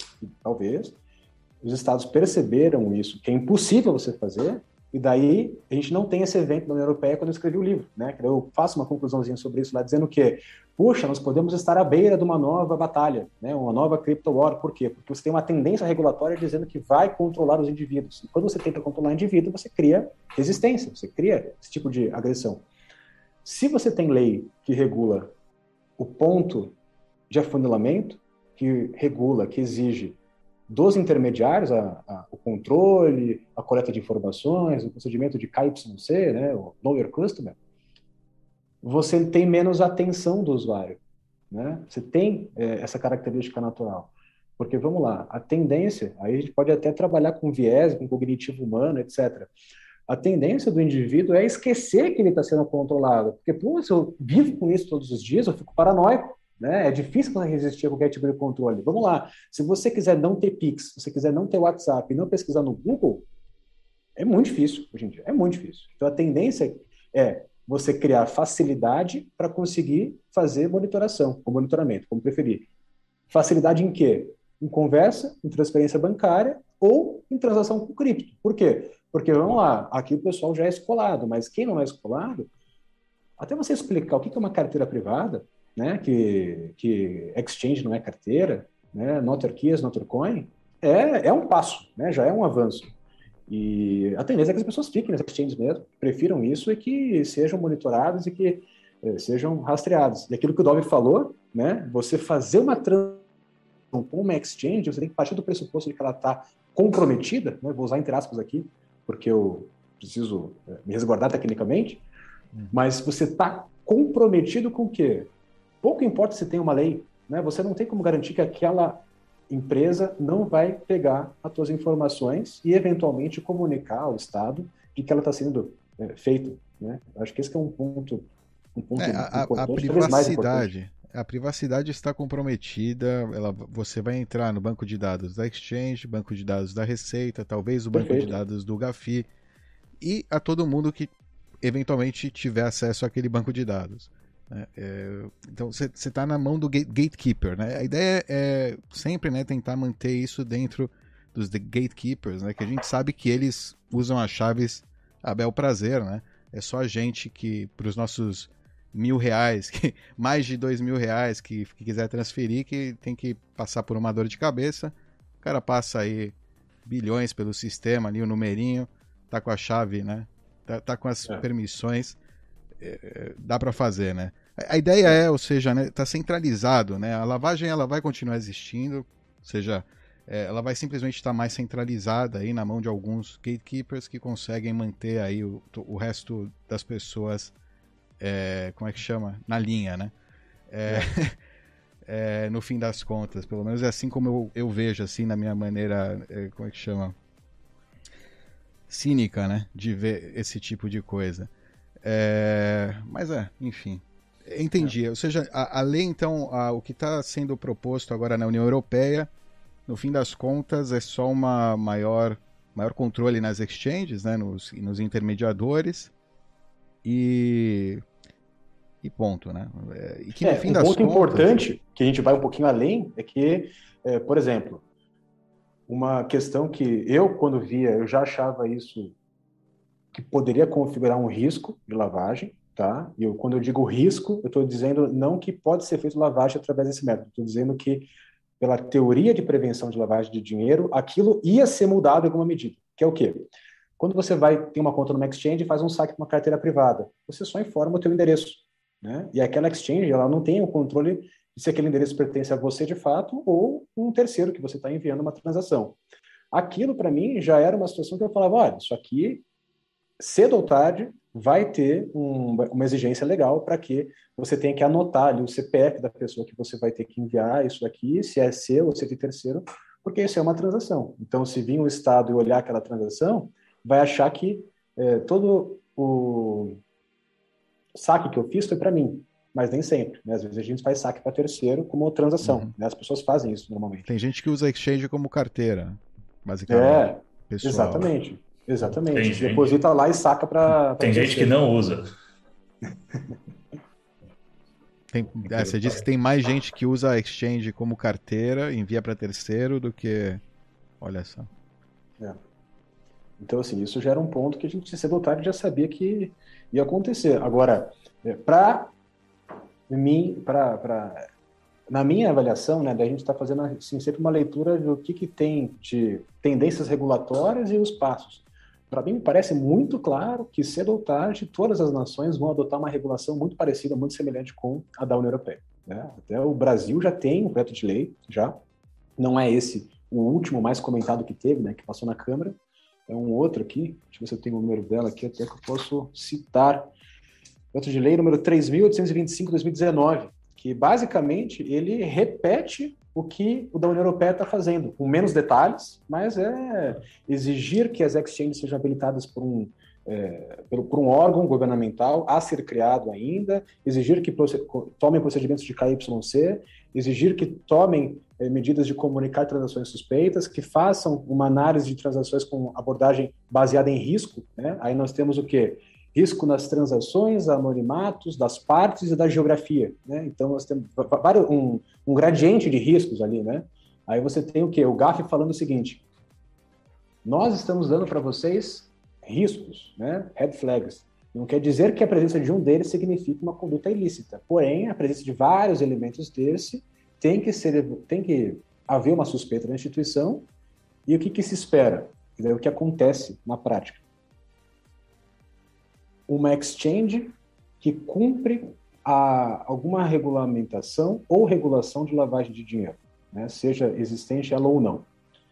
os estados perceberam isso, que é impossível você fazer, e daí a gente não tem esse evento na União Europeia quando eu escrevi o livro, né? Que eu faço uma conclusãozinha sobre isso lá, dizendo que, puxa, nós podemos estar à beira de uma nova batalha, né? Uma nova crypto war. Por quê? Porque você tem uma tendência regulatória dizendo que vai controlar os indivíduos. E quando você tenta controlar o indivíduo, você cria resistência, você cria esse tipo de agressão. Se você tem lei que regula o ponto de afunilamento, que regula, que exige dos intermediários, o controle, a coleta de informações, o procedimento de KYC, né, o Know Your Customer, você tem menos atenção do usuário, né? Você tem essa característica natural. Porque, vamos lá, a tendência, aí a gente pode até trabalhar com viés, com cognitivo humano, etc. A tendência do indivíduo é esquecer que ele está sendo controlado. Porque, pô, se eu vivo com isso todos os dias, eu fico paranoico. Né? É difícil resistir a qualquer tipo de controle. Vamos lá, se você quiser não ter Pix, se você quiser não ter WhatsApp e não pesquisar no Google, é muito difícil hoje em dia, é muito difícil. Então a tendência é você criar facilidade para conseguir fazer monitoração, ou monitoramento, como preferir. Facilidade em quê? Em conversa, em transferência bancária ou em transação com cripto. Por quê? Porque, vamos lá, aqui o pessoal já é escolado, mas quem não é escolado, até você explicar o que é uma carteira privada, né, que exchange não é carteira, né, not your keys, not your coin, é um passo, né, já é um avanço. E a tendência é que as pessoas fiquem nas exchanges mesmo, prefiram isso e que sejam monitoradas e que sejam rastreadas. E aquilo que o Dove falou, né, você fazer uma transação com uma exchange, você tem que partir do pressuposto de que ela está comprometida, né, vou usar entre aspas aqui, porque eu preciso me resguardar tecnicamente, mas você está comprometido com o quê? Pouco importa se tem uma lei, né, você não tem como garantir que aquela empresa não vai pegar as suas informações e eventualmente comunicar ao Estado de que ela está sendo feita, né? Acho que esse que é um ponto importante. A privacidade. A privacidade está comprometida, você vai entrar no banco de dados da Exchange, banco de dados da Receita, talvez o banco de dados do Gafi, e a todo mundo que eventualmente tiver acesso àquele banco de dados. Então você está na mão do gatekeeper, né? A ideia é sempre, né, tentar manter isso dentro dos gatekeepers, né, que a gente sabe que eles usam as chaves a bel prazer, né? É só a gente que, para os nossos R$1.000, mais de R$2.000 que quiser transferir, que tem que passar por uma dor de cabeça. O cara passa aí bilhões pelo sistema, ali o numerinho, tá com a chave, né? Tá com as permissões, dá para fazer, né? A ideia ou seja, né, tá centralizado, né? A lavagem ela vai continuar existindo, ou seja, ela vai simplesmente estar mais centralizada aí na mão de alguns gatekeepers que conseguem manter aí o resto das pessoas, como é que chama? Na linha, né? No fim das contas, pelo menos é assim como eu vejo, assim, na minha maneira, como é que chama? Cínica, né? De ver esse tipo de coisa. Mas enfim. Entendi. Ou seja, a lei, então, o que está sendo proposto agora na União Europeia, no fim das contas, é só uma maior controle nas exchanges, né? Nos intermediadores. E ponto, né? E que no fim das ponto contas... importante, que a gente vai um pouquinho além, é que, por exemplo, uma questão que quando via, eu já achava isso que poderia configurar um risco de lavagem, tá? E quando eu digo risco, eu estou dizendo não que pode ser feito lavagem através desse método, estou dizendo que, pela teoria de prevenção de lavagem de dinheiro, aquilo ia ser mudado em alguma medida, que é o quê? Quando você tem uma conta numa exchange e faz um saque para uma carteira privada, você só informa o teu endereço, né? E aquela exchange, ela não tem o controle de se aquele endereço pertence a você de fato ou um terceiro que você está enviando uma transação. Aquilo, para mim, já era uma situação que eu falava, olha, isso aqui, cedo ou tarde, vai ter uma exigência legal para que você tenha que anotar ali o CPF da pessoa que você vai ter que enviar isso aqui, se é seu ou se é de terceiro, porque isso é uma transação. Então, se vir um Estado e olhar aquela transação, vai achar que todo o saque que eu fiz foi para mim, mas nem sempre, né? Às vezes a gente faz saque para terceiro como transação, né? As pessoas fazem isso normalmente. Tem gente que usa a exchange como carteira, basicamente. Pessoal. Exatamente. Deposita lá e saca para Tem gente que não usa. Você disse que tem mais gente que usa a exchange como carteira, envia para terceiro, do que... Olha só. Então, assim, isso já era um ponto que a gente, cedo ou tarde, já sabia que ia acontecer. Agora, para mim, na minha avaliação, né, a gente está fazendo assim, sempre uma leitura do que tem de tendências regulatórias e os passos. Para mim, me parece muito claro que, cedo ou tarde, todas as nações vão adotar uma regulação muito parecida, muito semelhante com a da União Europeia, né? Até o Brasil já tem um projeto de lei, já. Não é esse o último mais comentado que teve, né, que passou na Câmara. É um outro aqui, deixa eu ver se eu tenho o número dela aqui, até que eu posso citar. Projeto de lei número 3.825/2019, que basicamente ele repete o que o da União Europeia está fazendo, com menos detalhes, mas é exigir que as exchanges sejam habilitadas por um órgão governamental a ser criado ainda, exigir que tomem procedimentos de KYC, exigir que tomem medidas de comunicar transações suspeitas, que façam uma análise de transações com abordagem baseada em risco, né? Aí nós temos o quê? Risco nas transações, anonimatos, das partes e da geografia, né? Então nós temos um gradiente de riscos ali, né? Aí você tem o quê? O GAF falando o seguinte: nós estamos dando para vocês riscos, né? Red flags. Não quer dizer que a presença de um deles signifique uma conduta ilícita. Porém, a presença de vários elementos desse tem que haver uma suspeita na instituição. E o que se espera? E daí o que acontece na prática? Uma exchange que cumpre alguma regulamentação ou regulação de lavagem de dinheiro, né? Seja existente ela ou não.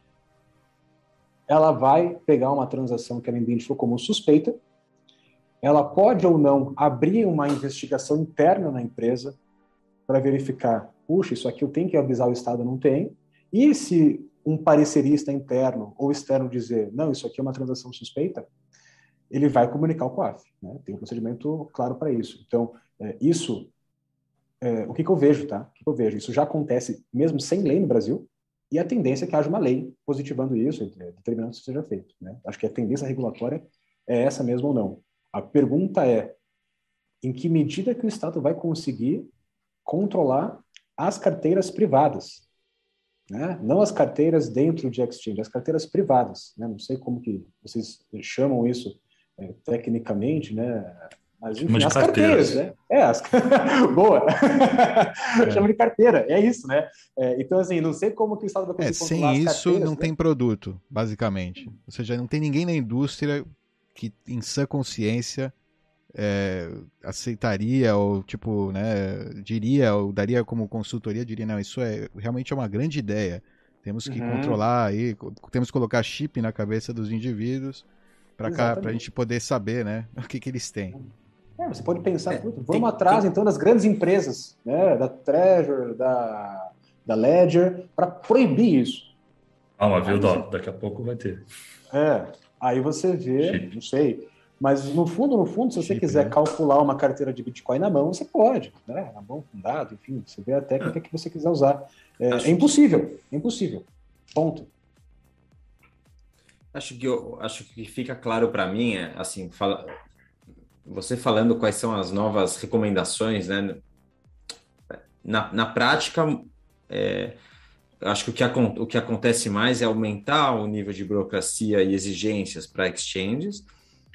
Ela vai pegar uma transação que ela identificou como suspeita, ela pode ou não abrir uma investigação interna na empresa para verificar, puxa, isso aqui eu tenho que avisar o Estado, não tem, e se um parecerista interno ou externo dizer, não, isso aqui é uma transação suspeita, ele vai comunicar ao COAF, né? Tem um procedimento claro para isso. Então, o que eu vejo, tá? O que eu vejo? Isso já acontece mesmo sem lei no Brasil, e a tendência é que haja uma lei positivando isso, determinando que isso seja feito, né? Acho que a tendência regulatória é essa mesmo ou não. A pergunta é, em que medida que o Estado vai conseguir controlar as carteiras privadas, né? Não as carteiras dentro de exchange, as carteiras privadas, né? Não sei como que vocês chamam isso tecnicamente, né? Mas, enfim, as carteiras, né? Boa! Chama de carteira, é isso, né? Então, assim, não sei como que o Estado vai conseguir controlar as carteiras. Sem isso, não tem produto, basicamente. Ou seja, não tem ninguém na indústria que, em sã consciência, aceitaria ou, tipo, né, diria, ou daria como consultoria, diria, não, isso realmente é uma grande ideia. Temos que controlar aí, temos que colocar chip na cabeça dos indivíduos para a gente poder saber, né, o que eles têm. Você pode pensar, vamos atrás, então, das grandes empresas, né, da Treasury, da Ledger, para proibir isso. Calma, viu, Dó? Daqui a pouco vai ter. Aí você vê, chip. Não sei, mas no fundo, se você quiser calcular uma carteira de Bitcoin na mão, você pode, né, na mão, com dado, enfim, você vê a técnica que você quiser usar. É impossível, ponto. Acho que fica claro para mim, assim, você falando quais são as novas recomendações, né? Na prática, acho que o que acontece mais é aumentar o nível de burocracia e exigências para exchanges,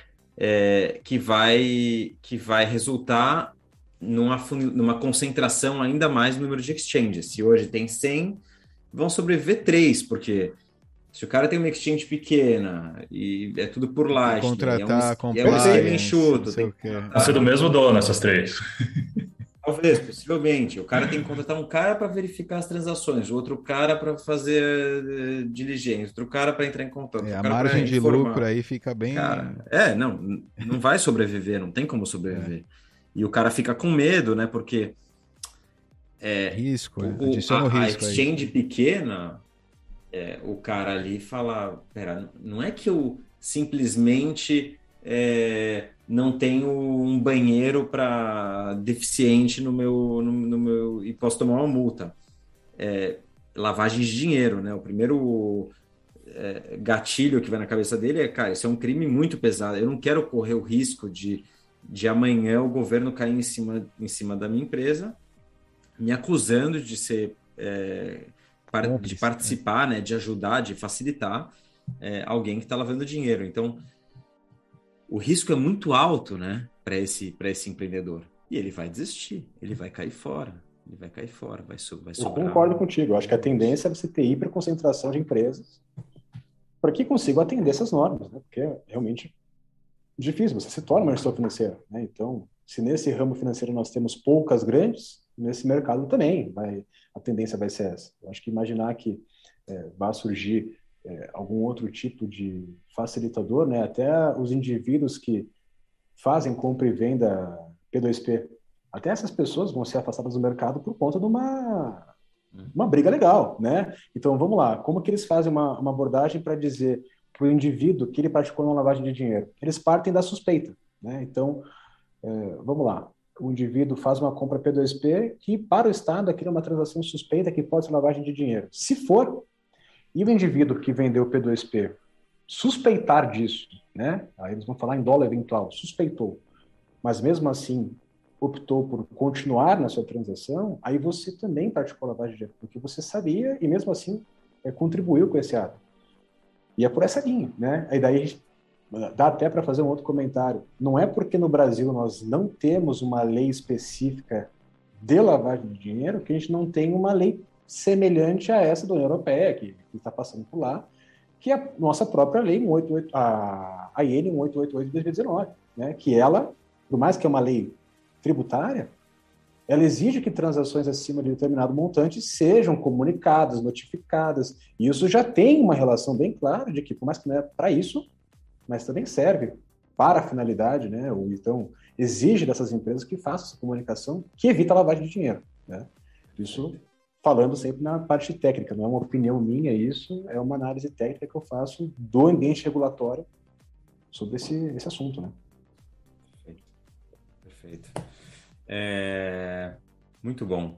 que vai resultar numa concentração ainda mais no número de exchanges. Se hoje tem 100, vão sobreviver 3, porque se o cara tem uma exchange pequena e é tudo por Lightning, contratar é um esquema enxuto. Vai ser do mesmo dono essas 3. Talvez, possivelmente. O cara tem que contratar um cara para verificar as transações, outro cara para fazer diligência, outro cara para entrar em contato. A margem de lucro aí fica bem... Cara, não vai sobreviver, não tem como sobreviver. E o cara fica com medo, né? Porque risco, adiciona o risco. A exchange pequena... o cara ali fala, pera, não é que eu simplesmente não tenho um banheiro para deficiente no meu e posso tomar uma multa. Lavagem de dinheiro, né? O primeiro gatilho que vai na cabeça dele cara, isso é um crime muito pesado, eu não quero correr o risco de amanhã o governo cair em cima da minha empresa, me acusando de ser... de participar, né, de ajudar, de facilitar alguém que está lavando dinheiro. Então, o risco é muito alto, né, para esse empreendedor. E ele vai desistir, ele vai cair fora, vai sobrar. Eu concordo contigo. Eu acho que a tendência é você ter hiperconcentração de empresas para que consigam atender essas normas, né, porque é realmente difícil. Você se torna uma gestor financeira, né? Então, se nesse ramo financeiro nós temos poucas grandes, nesse mercado também a tendência vai ser essa. Eu acho que imaginar que vai surgir algum outro tipo de facilitador, né? Até os indivíduos que fazem compra e venda P2P, até essas pessoas vão ser afastadas do mercado por conta de uma briga legal, né? Então, vamos lá. Como que eles fazem uma abordagem para dizer para o indivíduo que ele praticou uma lavagem de dinheiro? Eles partem da suspeita, né? Então, vamos lá. O indivíduo faz uma compra P2P que, para o Estado, aquilo é uma transação suspeita que pode ser lavagem de dinheiro. Se for, e o indivíduo que vendeu o P2P suspeitar disso, né? Aí eles vão falar em dólar eventual, suspeitou, mas mesmo assim optou por continuar na sua transação, aí você também praticou lavagem de dinheiro, porque você sabia e mesmo assim contribuiu com esse ato. E é por essa linha, né? Aí daí a gente dá até para fazer um outro comentário. Não é porque no Brasil nós não temos uma lei específica de lavagem de dinheiro que a gente não tem uma lei semelhante a essa da União Europeia, que está passando por lá, que é a nossa própria lei 188, a IN 1888 de 2019, né? Que ela, por mais que é uma lei tributária, ela exige que transações acima de determinado montante sejam comunicadas, notificadas, e isso já tem uma relação bem clara de que, por mais que não é para isso, mas também serve para a finalidade, né? Ou então exige dessas empresas que façam essa comunicação que evita a lavagem de dinheiro, né? Isso falando sempre na parte técnica, não é uma opinião minha, isso é uma análise técnica que eu faço do ambiente regulatório sobre esse assunto, né? Perfeito. Muito bom.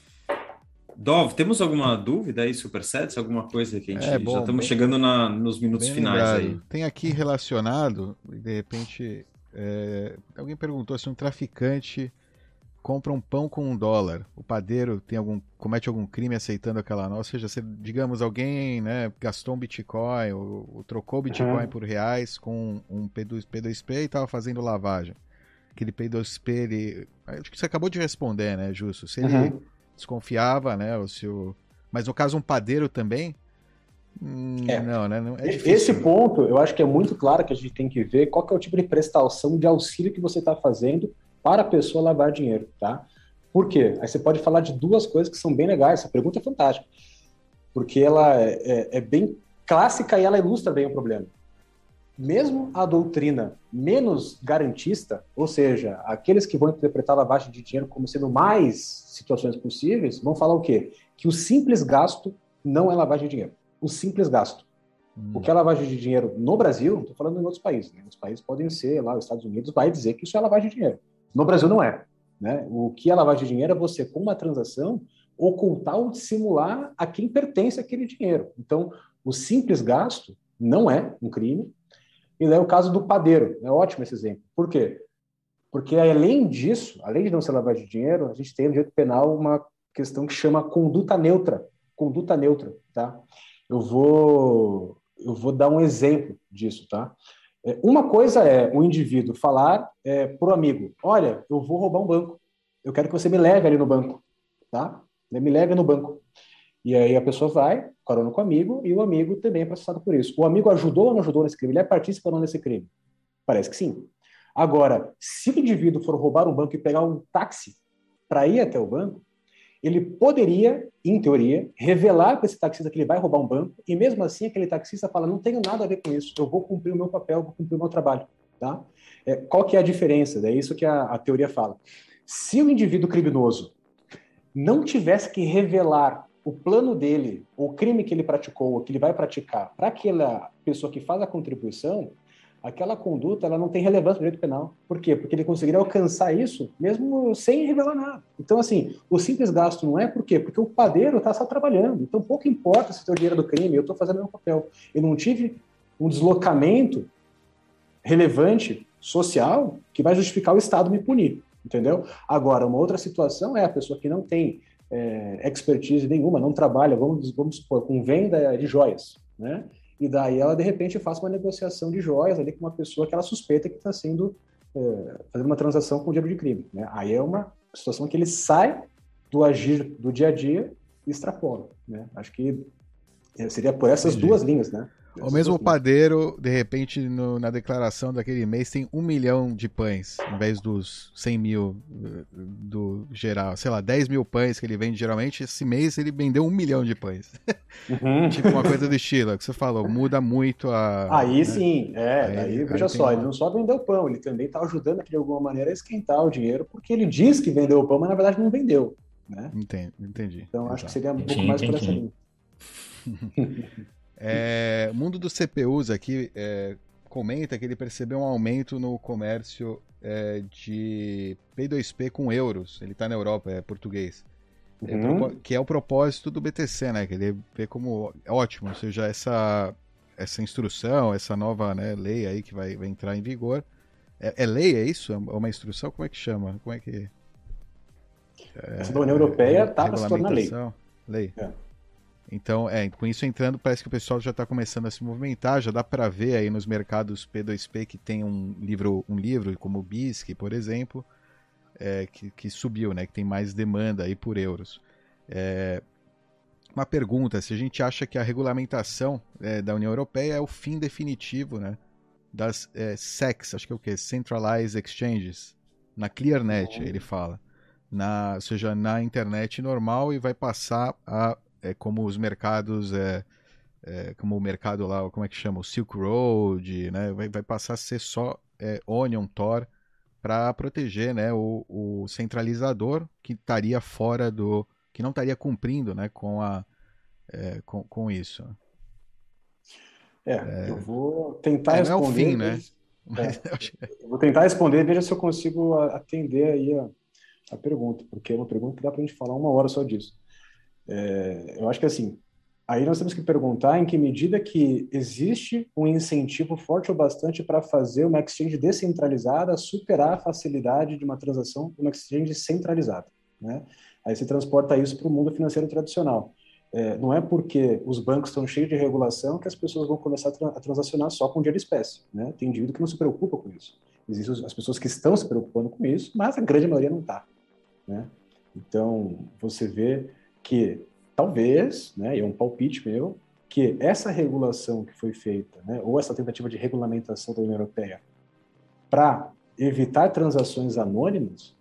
Dov, temos alguma dúvida aí, Supersets? Alguma coisa que a gente... já estamos chegando nos minutos finais aí. Tem aqui relacionado, de repente, alguém perguntou se um traficante compra um pão com $1. O padeiro comete algum crime aceitando aquela nota? Ou seja, digamos, alguém, né, gastou um Bitcoin ou trocou o Bitcoin por reais com um P2P e estava fazendo lavagem. Aquele P2P, acho que você acabou de responder, né, Justo? Se ele desconfiava, né, mas no caso um padeiro também, não, né? É difícil. Esse ponto, eu acho que é muito claro que a gente tem que ver qual que é o tipo de prestação de auxílio que você está fazendo para a pessoa lavar dinheiro, tá? Por quê? Aí você pode falar de duas coisas que são bem legais. Essa pergunta é fantástica, porque ela é bem clássica e ela ilustra bem o problema. Mesmo a doutrina menos garantista, ou seja, aqueles que vão interpretar a lavagem de dinheiro como sendo mais situações possíveis, vão falar o quê? Que o simples gasto não é lavagem de dinheiro. O simples gasto. O que é lavagem de dinheiro no Brasil, não estou falando em outros países, né? Outros países podem ser, lá os Estados Unidos vai dizer que isso é lavagem de dinheiro. No Brasil não é, né? O que é lavagem de dinheiro é você, com uma transação, ocultar ou dissimular a quem pertence aquele dinheiro. Então, o simples gasto não é um crime. E daí o caso do padeiro, é ótimo esse exemplo. Por quê? Porque além disso, além de não ser lavagem de dinheiro, a gente tem no direito penal uma questão que chama conduta neutra. Conduta neutra, tá? Eu vou dar um exemplo disso, tá? Uma coisa é o indivíduo falar pro amigo, olha, eu vou roubar um banco, eu quero que você me leve ali no banco, tá? Me leve no banco. E aí a pessoa vai, carona com o amigo, e o amigo também é processado por isso. O amigo ajudou ou não ajudou nesse crime? Ele é partícipe ou não nesse crime? Parece que sim. Agora, se o indivíduo for roubar um banco e pegar um táxi para ir até o banco, ele poderia, em teoria, revelar para esse taxista que ele vai roubar um banco, e mesmo assim aquele taxista fala, não tenho nada a ver com isso, eu vou cumprir o meu papel, vou cumprir o meu trabalho. Tá? Qual que é a diferença? É isso que a teoria fala. Se o indivíduo criminoso não tivesse que revelar o plano dele, o crime que ele praticou, ou que ele vai praticar, para aquela pessoa que faz a contribuição, aquela conduta ela não tem relevância no direito penal. Por quê? Porque ele conseguiria alcançar isso mesmo sem revelar nada. Então, assim, o simples gasto não é por quê? Porque o padeiro está só trabalhando. Então, pouco importa se o dinheiro é do crime, eu estou fazendo o meu papel. Eu não tive um deslocamento relevante, social, que vai justificar o Estado me punir. Entendeu? Agora, uma outra situação é a pessoa que não tem expertise nenhuma, não trabalha, vamos supor, com venda de joias, né? E daí ela, de repente, faz uma negociação de joias ali com uma pessoa que ela suspeita que está fazendo uma transação com dinheiro de crime, né? Aí é uma situação que ele sai do agir do dia a dia e extrapola, né? Acho que seria por essas duas linhas, né? O mesmo padeiro, de repente, na declaração daquele mês, tem 1 milhão de pães, em vez dos 100 mil do geral. Sei lá, 10 mil pães que ele vende geralmente, esse mês ele vendeu 1 milhão de pães. Tipo uma coisa do estilo, que você falou, muda muito a... Aí né? Sim, daí veja só, ele não só vendeu pão, ele também está ajudando aqui de alguma maneira a esquentar o dinheiro, porque ele diz que vendeu o pão, mas na verdade não vendeu. Né? Entendi. Então acho que seria um pouco mais por essa linha. O mundo dos CPUs aqui comenta que ele percebeu um aumento no comércio de P2P com euros. Ele está na Europa, é português. Que é o propósito do BTC, né? Que ele vê como ótimo, ou seja, essa instrução, essa nova, né, lei aí que vai entrar em vigor. É lei, é isso? É uma instrução? Como é que chama? Como é que... Essa da União Europeia está para se tornar lei. Lei. Então, com isso entrando, parece que o pessoal já está começando a se movimentar, já dá para ver aí nos mercados P2P que tem um livro como o BISC, por exemplo, que subiu, né, que tem mais demanda aí por euros. uma pergunta, se a gente acha que a regulamentação da União Europeia é o fim definitivo, né, das SECs, acho que é o quê? Centralized Exchanges, na ClearNet, ele fala. Ou seja, na internet normal, e vai passar a, como os mercados, como o mercado lá, como é que chama? O Silk Road, né, vai passar a ser só Onion, Tor, para proteger, né, o centralizador que estaria fora do... que não estaria cumprindo, né, com isso. Eu vou tentar responder. Não é o fim, né? Eu vou tentar responder, veja se eu consigo atender aí a pergunta, porque é uma pergunta que dá para a gente falar 1 hora só disso. Eu acho que assim, aí nós temos que perguntar em que medida que existe um incentivo forte ou bastante para fazer uma exchange descentralizada superar a facilidade de uma transação de uma exchange centralizada, né? Aí você transporta isso para o mundo financeiro tradicional. Não é porque os bancos estão cheios de regulação que as pessoas vão começar a transacionar só com dinheiro espécie, né? Tem indivíduo que não se preocupa com isso. Existem as pessoas que estão se preocupando com isso, mas a grande maioria não está, né? Então, você vê que talvez, né, e é um palpite meu, que essa regulação que foi feita, né, ou essa tentativa de regulamentação da União Europeia para evitar transações anônimas,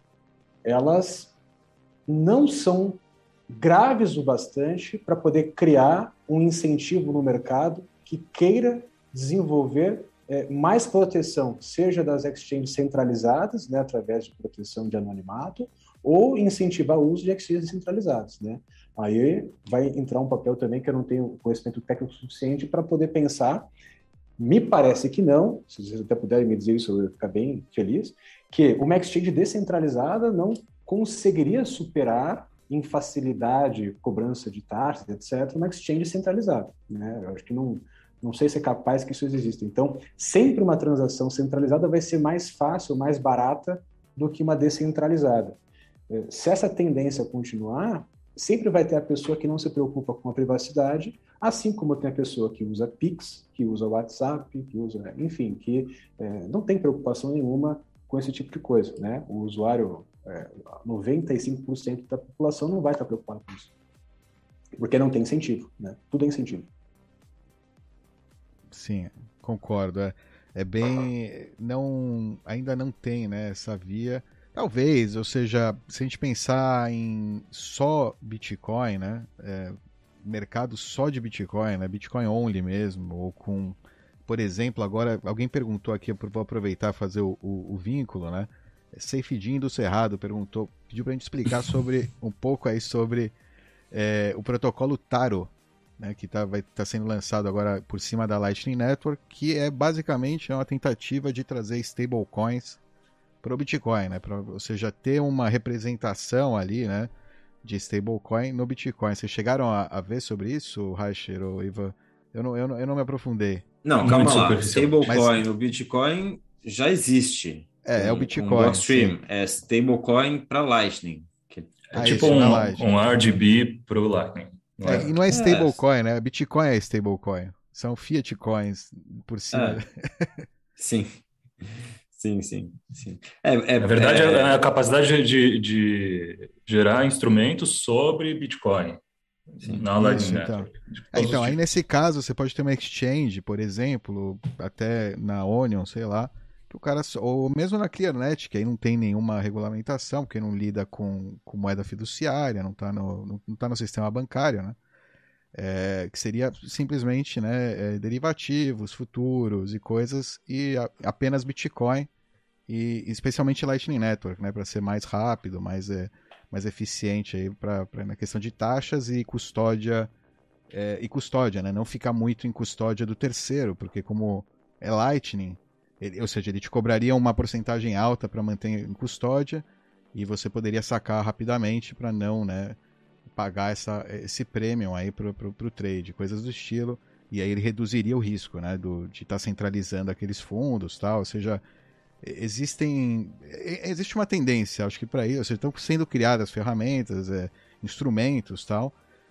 elas não são graves o bastante para poder criar um incentivo no mercado que queira desenvolver mais proteção, seja das exchanges centralizadas, né, através de proteção de anonimato, ou incentivar o uso de exchanges centralizadas, né? Aí vai entrar um papel também que eu não tenho conhecimento técnico suficiente para poder pensar. Me parece que não, se vocês até puderem me dizer isso, eu ia ficar bem feliz, que uma exchange descentralizada não conseguiria superar em facilidade, cobrança de taxas, etc., uma exchange centralizada, né? Eu acho que não sei se é capaz que isso exista. Então, sempre uma transação centralizada vai ser mais fácil, mais barata do que uma descentralizada. Se essa tendência continuar, sempre vai ter a pessoa que não se preocupa com a privacidade, assim como tem a pessoa que usa Pix, que usa WhatsApp, que usa, enfim, que não tem preocupação nenhuma com esse tipo de coisa, né? O usuário, 95% da população não vai estar preocupado com isso, porque não tem incentivo, né? Tudo é incentivo. Sim, concordo. É bem... ainda não tem, né, essa via... Talvez, ou seja, se a gente pensar em só Bitcoin, né, mercado só de Bitcoin, né, Bitcoin only mesmo, ou com, por exemplo, agora alguém perguntou aqui, eu vou aproveitar e fazer o vínculo, né, Seifedin do Cerrado pediu pra gente explicar um pouco aí sobre o protocolo Taro, né, que vai estar sendo lançado agora por cima da Lightning Network, que é basicamente uma tentativa de trazer stablecoins para o Bitcoin, né? Ou seja, ter uma representação ali, né, de stablecoin no Bitcoin. Vocês chegaram a ver sobre isso, Reicher ou Ivan? Eu não me aprofundei. Não, calma lá. Stablecoin no Bitcoin já existe. É o Bitcoin. Blockstream é stablecoin para Lightning. É tipo um RGB para o Lightning. E não é stablecoin, né? Bitcoin é stablecoin. São fiat coins por cima. Sim. Sim. Na verdade, é a capacidade de gerar instrumentos sobre Bitcoin. Na Lightning Network. Então, aí nesse caso, você pode ter uma exchange, por exemplo, até na Onion, sei lá, que o cara, ou mesmo na ClearNet, que aí não tem nenhuma regulamentação, porque não lida com moeda fiduciária, não está no sistema bancário, né? Que seria simplesmente, né, derivativos, futuros e coisas, e apenas Bitcoin, e especialmente Lightning Network, né, para ser mais rápido, mais eficiente aí na questão de taxas e custódia, né, não ficar muito em custódia do terceiro, porque como é Lightning, ou seja, ele te cobraria uma porcentagem alta para manter em custódia, e você poderia sacar rapidamente para não, né, pagar esse premium aí pro trade, coisas do estilo, e aí ele reduziria o risco, né, de estar centralizando aqueles fundos, tal, ou seja, existe uma tendência, acho que para isso, estão sendo criadas ferramentas, instrumentos, tal,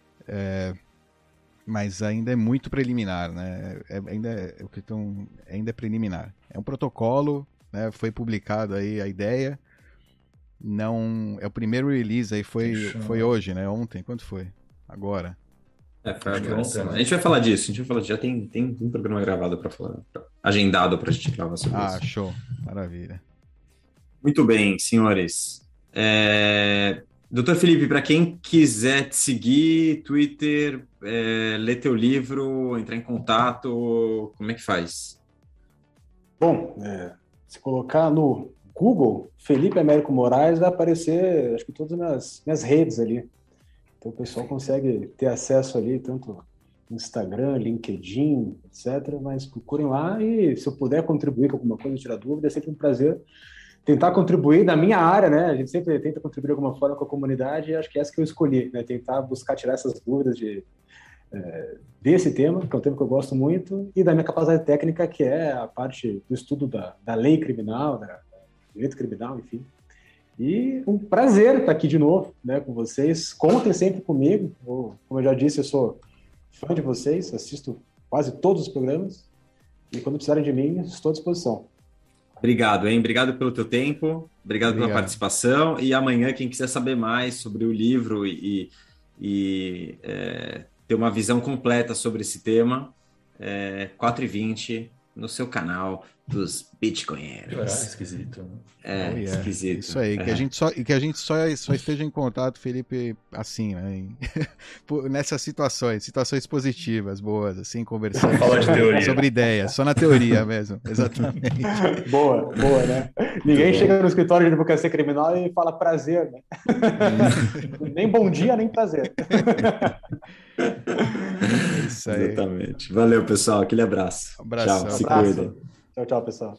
mas ainda é muito preliminar, né, ainda é preliminar. É um protocolo, né, foi publicado aí a ideia, não é o primeiro release aí, foi hoje, né? Ontem, quanto foi? agora. Foi agora. A gente vai falar disso, já tem um programa gravado para falar, agendado para a gente gravar sobre isso. Show, maravilha. Muito bem, senhores. Doutor Felipe, para quem quiser te seguir, Twitter, ler teu livro, entrar em contato, como é que faz? Bom, se colocar no Google, Felipe Américo Moraes, vai aparecer, acho que todas as minhas redes ali. Então o pessoal consegue ter acesso ali, tanto Instagram, LinkedIn, etc. Mas procurem lá e se eu puder contribuir com alguma coisa, tirar dúvida, é sempre um prazer tentar contribuir na minha área, né? A gente sempre tenta contribuir de alguma forma com a comunidade e acho que é essa que eu escolhi, né? Tentar buscar tirar essas dúvidas desse tema, que é um tema que eu gosto muito, e da minha capacidade técnica, que é a parte do estudo da lei criminal, da direito criminal, enfim. E um prazer estar aqui de novo, né, com vocês. Contem sempre comigo. Como eu já disse, eu sou fã de vocês, assisto quase todos os programas. E quando precisarem de mim, estou à disposição. Obrigado, hein? Obrigado pelo teu tempo, obrigado pela participação. E amanhã, quem quiser saber mais sobre o livro e ter uma visão completa sobre esse tema, 4h20 no seu canal dos Bitcoinheiros. Esquisito. Esquisito. Isso aí, que a gente só esteja em contato, Felipe, assim, né? Nessas situações positivas, boas, assim, conversando sobre ideias, só na teoria mesmo, exatamente. Boa, né? Ninguém chega no escritório de advocacia criminal e fala prazer, né? Nem bom dia, nem prazer. Isso aí. Exatamente. Valeu, pessoal. Aquele abraço. Tchau, se cuidem. Tchau, pessoal.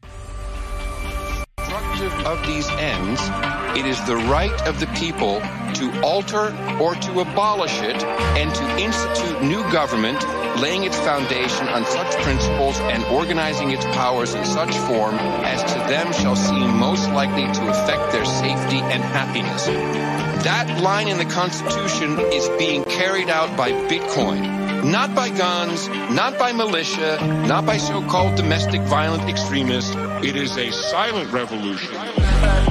Of these ends, it is the right of the people to alter or to abolish it and to institute new government, laying its foundation on such principles and organizing its powers in such form as to them shall seem most likely to affect their safety and happiness. That line in the Constitution is being carried out by Bitcoin. Not by guns, not by militia, not by so-called domestic violent extremists. It is a silent revolution.